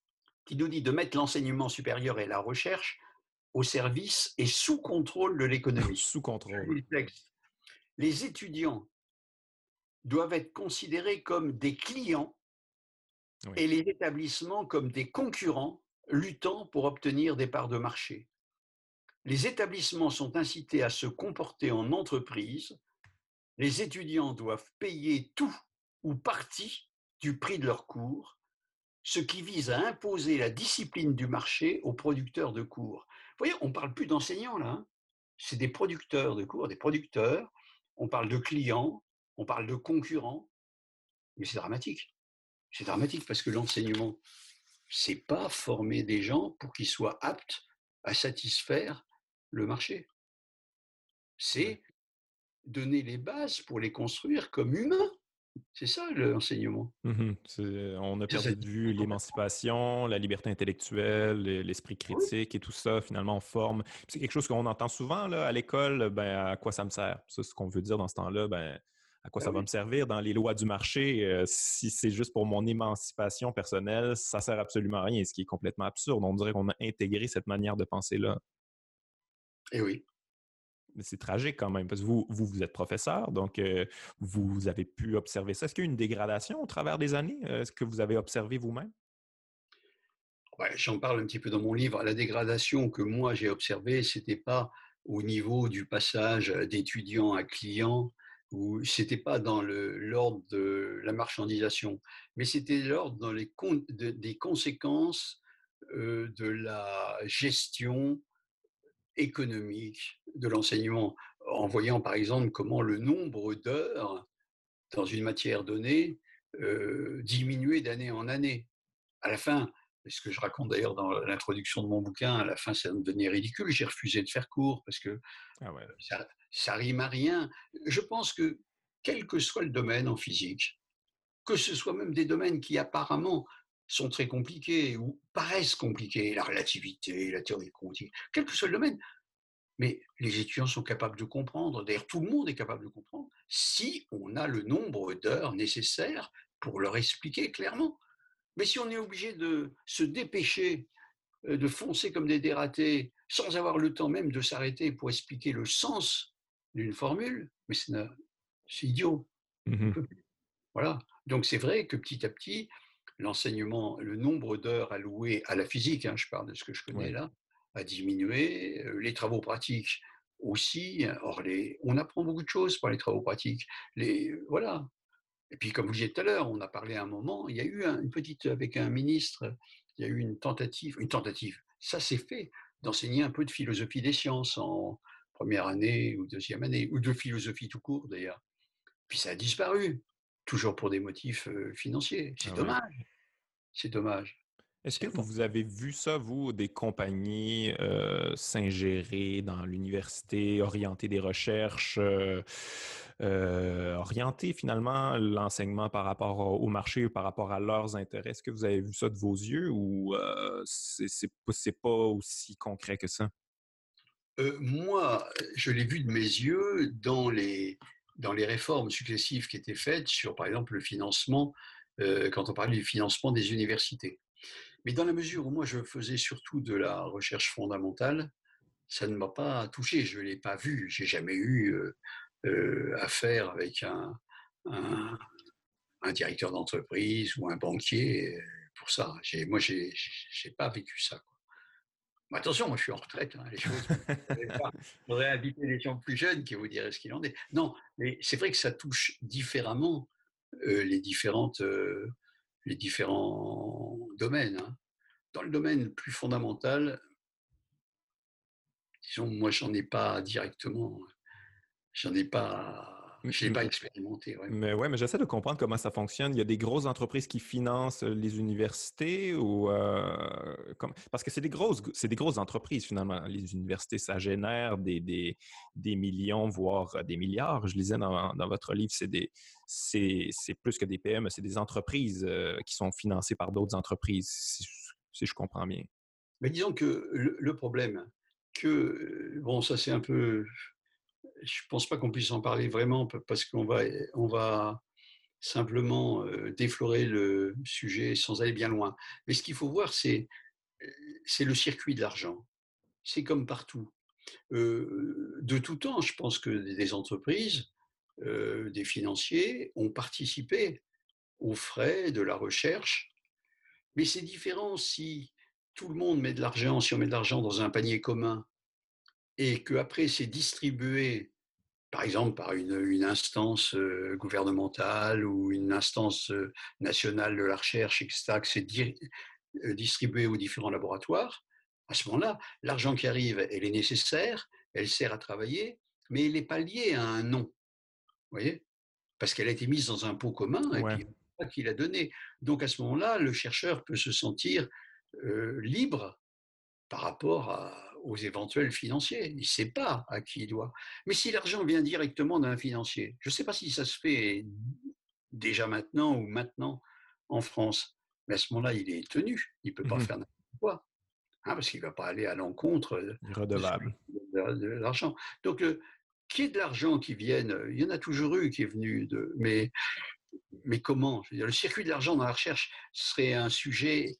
qui nous dit de mettre l'enseignement supérieur et la recherche au service et sous contrôle de l'économie. Sous Je lis contrôle. le texte. Les étudiants doivent être considérés comme des clients Oui. et les établissements comme des concurrents luttant pour obtenir des parts de marché. Les établissements sont incités à se comporter en entreprise. Les étudiants doivent payer tout ou partie du prix de leurs cours, ce qui vise à imposer la discipline du marché aux producteurs de cours. Vous voyez, on ne parle plus d'enseignants là, hein. C'est des producteurs de cours, des producteurs. On parle de clients, on parle de concurrents, mais c'est dramatique. C'est dramatique parce que l'enseignement, c'est pas former des gens pour qu'ils soient aptes à satisfaire le marché. Ouais. C'est donner les bases pour les construire comme humains. C'est ça l'enseignement. Mhm. C'est- On a Ça, ça perdu de vue l'émancipation, la liberté intellectuelle, le- l'esprit oui, critique et tout ça, finalement, on forme. Puis C'est quelque chose qu'on entend souvent là, à l'école, ben, à quoi ça me sert? Ça, ce qu'on veut dire dans ce temps-là, ben, à quoi ben ça va oui. me servir dans les lois du marché? Euh, si c'est juste pour mon émancipation personnelle, ça sert absolument à rien, ce qui est complètement absurde. On dirait qu'on a intégré cette manière de penser-là. Et oui. Mais c'est tragique quand même, parce que vous, vous, vous êtes professeur, donc euh, vous avez pu observer ça. Est-ce qu'il y a eu une dégradation au travers des années? Euh, Est-ce que vous avez observé vous-même? Ouais, j'en parle un petit peu dans mon livre. La dégradation que moi j'ai observée, c'était pas au niveau du passage d'étudiant à client, ou c'était pas dans le- l'ordre de la marchandisation, mais c'était l'ordre dans les con- de- des conséquences euh, de la gestion économique de l'enseignement, en voyant par exemple comment le nombre d'heures dans une matière donnée euh, diminuait d'année en année. À la fin, et ce que je raconte d'ailleurs dans l'introduction de mon bouquin, à la fin, ça me devenait ridicule. J'ai refusé de faire cours parce que Ah ouais. ça, ça rime à rien. Je pense que quel que soit le domaine en physique, que ce soit même des domaines qui apparemment sont très compliqués ou paraissent compliqués, la relativité, la théorie quantique, quel que soit le domaine, mais les étudiants sont capables de comprendre, d'ailleurs tout le monde est capable de comprendre, si on a le nombre d'heures nécessaires pour leur expliquer clairement. Mais si on est obligé de se dépêcher, euh, de foncer comme des dératés, sans avoir le temps même de s'arrêter pour expliquer le sens d'une formule, mais c'est, c'est idiot. On Mhm. peut plus. Voilà. Donc c'est vrai que petit à petit, l'enseignement, le nombre d'heures allouées à la physique, hein, je parle de ce que je connais Ouais. là, a diminué. Euh, Les travaux pratiques aussi. Or, les, on apprend beaucoup de choses par les travaux pratiques. Les, voilà. Et puis, comme vous disiez tout à l'heure, on a parlé à un moment, il y a eu un- une petite, avec un ministre, il y a eu une tentative, une tentative, ça s'est fait, d'enseigner un peu de philosophie des sciences en première année ou deuxième année, ou de philosophie tout court d'ailleurs. Puis ça a disparu, toujours pour des motifs euh, financiers. C'est Ah ouais. dommage, c'est dommage. Est-ce C'est que important. vous avez vu ça, vous, des compagnies euh, s'ingérer dans l'université, orienter des recherches, euh, euh, orienter finalement l'enseignement par rapport au au marché ou par rapport à leurs intérêts? Est-ce que vous avez vu ça de vos yeux ou euh, c'est c'est pas, c'est pas aussi concret que ça? Euh, moi, je l'ai vu de mes yeux dans les, dans les réformes successives qui étaient faites sur, par exemple, le financement, euh, quand on parlait du financement des universités. Mais dans la mesure où moi je faisais surtout de la recherche fondamentale, ça ne m'a pas touché, je ne l'ai pas vu, j'ai jamais eu euh, euh, affaire avec un, un, un directeur d'entreprise ou un banquier euh, pour ça. J'ai, moi, j'ai, j'ai pas vécu ça, quoi. Mais attention, moi je suis en retraite, hein, les choses. Il faudrait inviter des gens plus jeunes qui vous diraient ce qu'il en est. Non, mais c'est vrai que ça touche différemment euh, les, différentes, euh, les différents domaines, hein. Dans le domaine plus fondamental, disons, moi, j'en ai pas directement, j'en ai pas, M- je l'ai m- pas expérimenté, ouais. Mais ouais, mais j'essaie de comprendre comment ça fonctionne. Il y a des grosses entreprises qui financent euh, les universités ou euh, comme- parce que c'est des grosses, c'est des grosses entreprises finalement. Les universités, ça génère des, des, des millions, voire euh, des milliards. Je lisais dans, dans votre livre, c'est des, c'est, c'est plus que des P M E, c'est des entreprises euh, qui sont financées par d'autres entreprises, si, si je comprends bien. Mais disons que le, le problème, que, bon, ça c'est un peu, je pense pas qu'on puisse en parler vraiment parce qu'on va, on va, simplement euh, déflorer le sujet sans aller bien loin. Mais ce qu'il faut voir, c'est, c'est le circuit de l'argent. C'est comme partout. Euh, de tout temps, je pense que des entreprises, euh, des financiers ont participé aux frais de la recherche, mais c'est différent si tout le monde met de l'argent, si on met de l'argent dans un panier commun et qu'après c'est distribué, par exemple par une, une instance euh, gouvernementale ou une instance euh, nationale de la recherche, et cetera, que c'est di- euh, distribué aux différents laboratoires, à ce moment-là, l'argent qui arrive, elle est nécessaire, elle sert à travailler, mais elle n'est pas liée à un nom, vous voyez, parce qu'elle a été mise dans un pot commun et Ouais. puis pas qui l'a donné. Donc à ce moment-là, le chercheur peut se sentir euh, libre par rapport à, aux éventuels financiers. Il ne sait pas à qui il doit. Mais si l'argent vient directement d'un financier, je ne sais pas si ça se fait déjà maintenant ou maintenant en France, mais à ce moment-là, il est tenu. Il ne peut pas Mhm. faire n'importe quoi, hein, parce qu'il ne va pas aller à l'encontre de, Irredevable. de, de l'argent. Donc, euh, qu'il y ait de l'argent qui vienne, il y en a toujours eu qui est venu, de, mais, mais comment? Je veux dire, le circuit de l'argent dans la recherche serait un sujet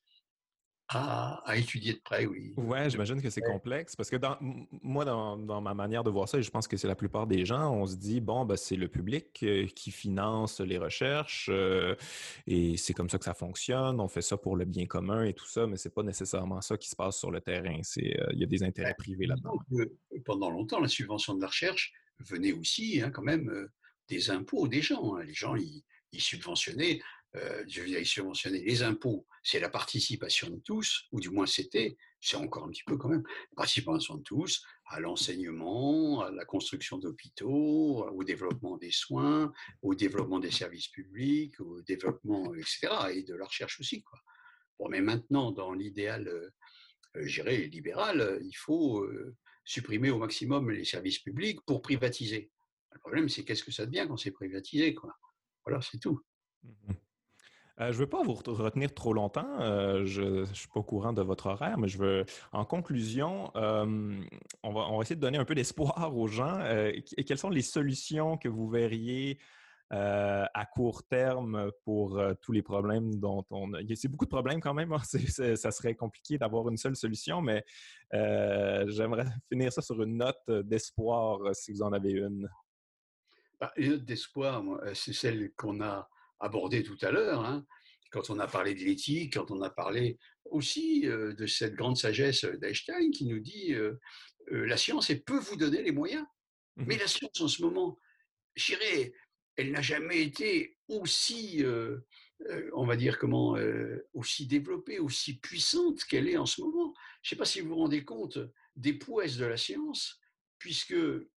à, à étudier de près, oui. Ouais, De j'imagine que c'est près. complexe parce que dans, m- moi, dans, dans ma manière de voir ça, et je pense que c'est la plupart des gens, on se dit, bon, ben, c'est le public euh, qui finance les recherches euh, et c'est comme ça que ça fonctionne. On fait ça pour le bien commun et tout ça, mais c'est pas nécessairement ça qui se passe sur le terrain. C'est, euh, il y a des intérêts privés là-dedans. Disons que pendant longtemps, la subvention de la recherche venait aussi, hein, quand même, euh, des impôts des gens, hein. Les gens, ils, ils subventionnaient, euh, je veux dire, ils subventionnaient les impôts. C'est la participation de tous, ou du moins c'était, c'est encore un petit peu quand même, la participation de tous à l'enseignement, à la construction d'hôpitaux, au développement des soins, au développement des services publics, au développement, et cetera, et de la recherche aussi, quoi. Bon, mais maintenant, dans l'idéal euh, euh, je dirais, libéral, euh, il faut euh, supprimer au maximum les services publics pour privatiser. Le problème, c'est qu'est-ce que ça devient quand c'est privatisé, quoi. Voilà, c'est tout. Mhm. Euh, je ne veux pas vous retenir trop longtemps. Euh, je ne suis pas au courant de votre horaire, mais je veux, en conclusion, euh, on va, on va essayer de donner un peu d'espoir aux gens. Euh, quelles sont les solutions que vous verriez euh, à court terme pour euh, tous les problèmes dont on a. C'est beaucoup de problèmes quand même. Hein. C'est, c'est, ça serait compliqué d'avoir une seule solution, mais euh, j'aimerais finir ça sur une note d'espoir euh, si vous en avez une. Bah, une note d'espoir, moi, c'est celle qu'on a abordée tout à l'heure, hein, quand on a parlé de l'éthique, quand on a parlé aussi euh, de cette grande sagesse d'Einstein qui nous dit euh, euh, la science, elle peut vous donner les moyens. Mais Mhm. la science, en ce moment, je dirais, elle n'a jamais été aussi, euh, euh, on va dire comment, euh, aussi développée, aussi puissante qu'elle est en ce moment. Je ne sais pas si vous vous rendez compte des prouesses de la science, puisque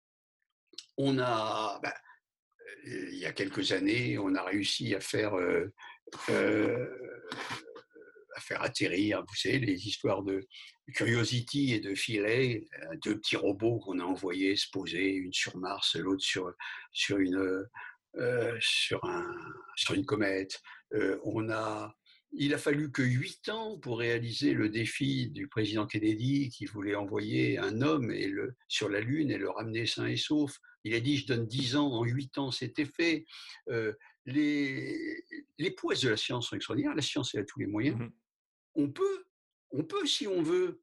on a, bah, il y a quelques années, on a réussi à faire, euh, euh, à faire atterrir, vous savez, les histoires de Curiosity et de Philae, deux petits robots qu'on a envoyés se poser, une sur Mars, l'autre sur, sur une, euh, sur, un, sur une comète. Euh, on a, il a fallu que huit ans pour réaliser le défi du président Kennedy qui voulait envoyer un homme et le, sur la Lune et le ramener sain et sauf. Il a dit, je donne dix ans, en huit ans, c'était fait. Euh, les, les prouesses de la science sont extraordinaires. La science, elle a tous les moyens. Mhm. On peut, on peut, si on veut,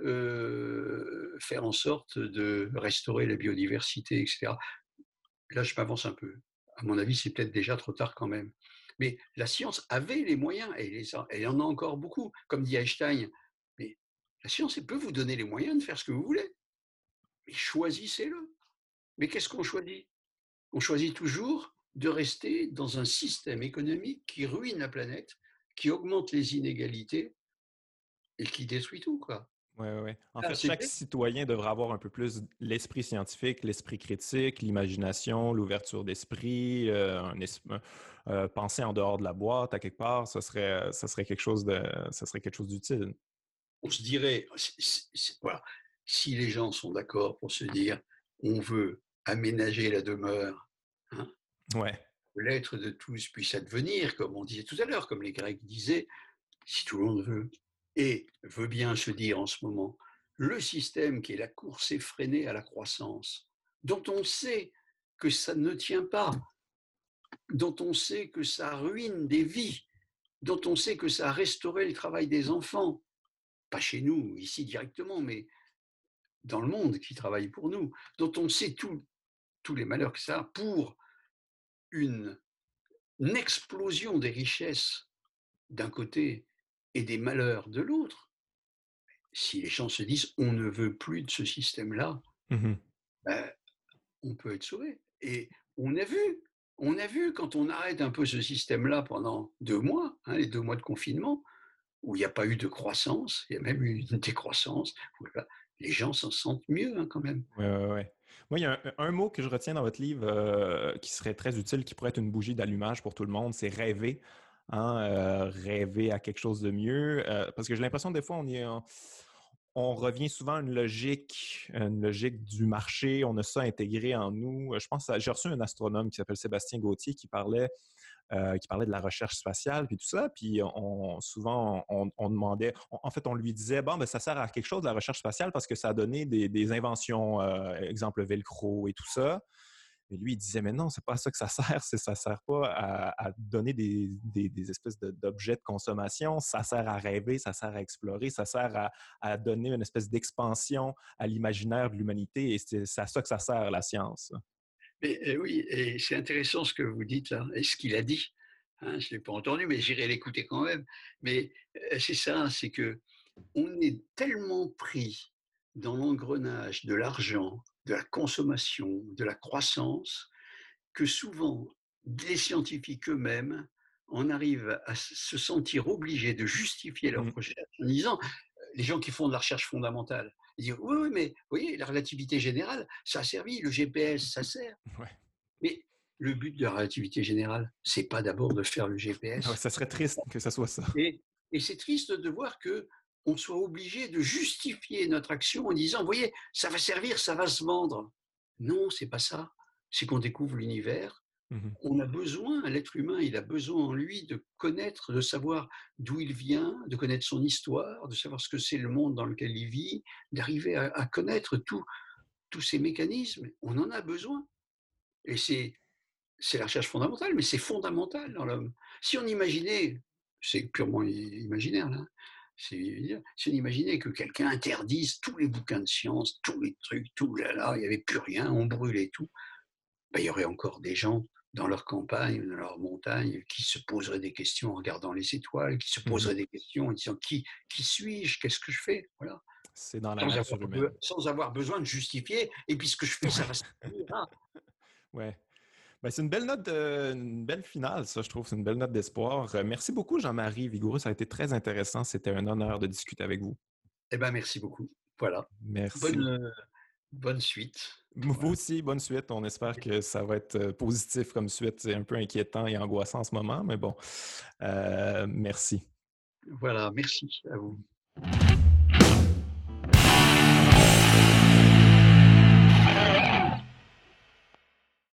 euh, faire en sorte de restaurer la biodiversité, et cetera. Là, je m'avance un peu. À mon avis, c'est peut-être déjà trop tard quand même. Mais la science avait les moyens, et les a- elle en a encore beaucoup, comme dit Einstein. Mais la science, elle peut vous donner les moyens de faire ce que vous voulez. Mais choisissez-le. Mais qu'est-ce qu'on choisit? On choisit toujours de rester dans un système économique qui ruine la planète, qui augmente les inégalités et qui détruit tout, quoi. Ouais, ouais, ouais. En Ah, fait, c'est chaque fait. citoyen devrait avoir un peu plus l'esprit scientifique, l'esprit critique, l'imagination, l'ouverture d'esprit, euh, un es- un- euh, penser en dehors de la boîte à quelque part, ça serait, ça serait quelque chose de, ça serait quelque chose d'utile. On se dirait, c'est- c'est- voilà, si les gens sont d'accord pour se dire, on veut aménager la demeure, hein, Ouais. que l'être de tous puisse advenir, comme on disait tout à l'heure, comme les Grecs disaient, si tout le monde veut, et veut bien se dire en ce moment, le système qui est la course effrénée à la croissance, dont on sait que ça ne tient pas dont on sait que ça ruine des vies, dont on sait que ça a restauré le travail des enfants, pas chez nous, ici directement, mais dans le monde qui travaille pour nous, dont on sait tout, tous les malheurs que ça a pour une, une explosion des richesses d'un côté et des malheurs de l'autre. Si les gens se disent on ne veut plus de ce système-là, Mhm. ben, on peut être sauvé. Et on a vu, on a vu quand on arrête un peu ce système-là pendant deux mois, hein, les deux mois de confinement, où il n'y a pas eu de croissance, il y a même eu une décroissance, voilà, les gens s'en sentent mieux hein, quand même. Ouais, ouais, ouais. Moi, il y a un, un mot que je retiens dans votre livre euh, qui serait très utile, qui pourrait être une bougie d'allumage pour tout le monde, c'est rêver. Hein, euh, rêver à quelque chose de mieux. Euh, parce que j'ai l'impression des fois, on, est, on, on revient souvent à une logique, une logique du marché. On a ça intégré en nous. Je pense, à- j'ai reçu un astronome qui s'appelle Sébastien Gauthier qui parlait euh, qui parlait de la recherche spatiale, puis tout ça. Puis on, souvent, on, on demandait, on, en fait, on lui disait, bon, ben, ça sert à quelque chose, la recherche spatiale, parce que ça a donné des, des inventions, euh, exemple, Velcro et tout ça. Mais lui, il disait, mais non, c'est pas à ça que ça sert. C'est, ça sert pas à, à donner des, des, des espèces de, d'objets de consommation. Ça sert à rêver, ça sert à explorer, ça sert à, à donner une espèce d'expansion à l'imaginaire de l'humanité. Et c'est, c'est à ça que ça sert, la science. Mais, et oui, et c'est intéressant ce que vous dites là, et ce qu'il a dit. Hein, je ne l'ai pas entendu, mais j'irai l'écouter quand même. Mais euh, c'est ça, c'est que on est tellement pris dans l'engrenage de l'argent, de la consommation, de la croissance, que souvent, les scientifiques eux-mêmes en arrivent à se sentir obligés de justifier leurs Mm. recherches en disant, euh, les gens qui font de la recherche fondamentale, ils disent, oui, oui, mais vous voyez, la relativité générale, ça a servi, le G P S, ça sert. Ouais. Mais le but de la relativité générale, c'est pas d'abord de faire le Ouais, G P S. ça serait triste que ce soit ça. Et, et c'est triste de voir que on soit obligé de justifier notre action en disant, vous voyez, ça va servir, ça va se vendre. Non, c'est pas ça. C'est qu'on découvre l'univers. Mm-hmm. On a besoin, l'être humain, il a besoin en lui de connaître, de savoir d'où il vient, de connaître son histoire, de savoir ce que c'est le monde dans lequel il vit, d'arriver à, à connaître tout, tous ces mécanismes. On en a besoin. Et c'est c'est la recherche fondamentale, mais c'est fondamental dans l'homme. Si on imaginait, c'est purement imaginaire là, si on imaginait que quelqu'un interdise tous les bouquins de science, tous les trucs, tout là, là, il n'y avait plus rien, on brûlait tout, ben, il y aurait encore des gens dans leur campagne, dans leur montagne, qui se poseraient des questions en regardant les étoiles, qui se Mm-hmm. poseraient des questions en disant qui, qui suis-je, qu'est-ce que je fais, voilà, C'est dans la sans nature avoir, humaine. sans avoir besoin de justifier. Et puis ce que je fais, ça Ouais. va se finir. Ouais. Ben, c'est une belle note, de- une belle finale, ça, je trouve. C'est une belle note d'espoir. Euh, merci beaucoup, Jean-Marie Vigoureux. Ça a été très intéressant. C'était un honneur de discuter avec vous. Eh ben merci beaucoup. Voilà. Merci. Bonne, bonne suite. Vous Voilà. aussi, bonne suite. On espère que ça va être euh, positif comme suite. C'est un peu inquiétant et angoissant en ce moment, mais bon. Euh, merci. Voilà, merci à vous.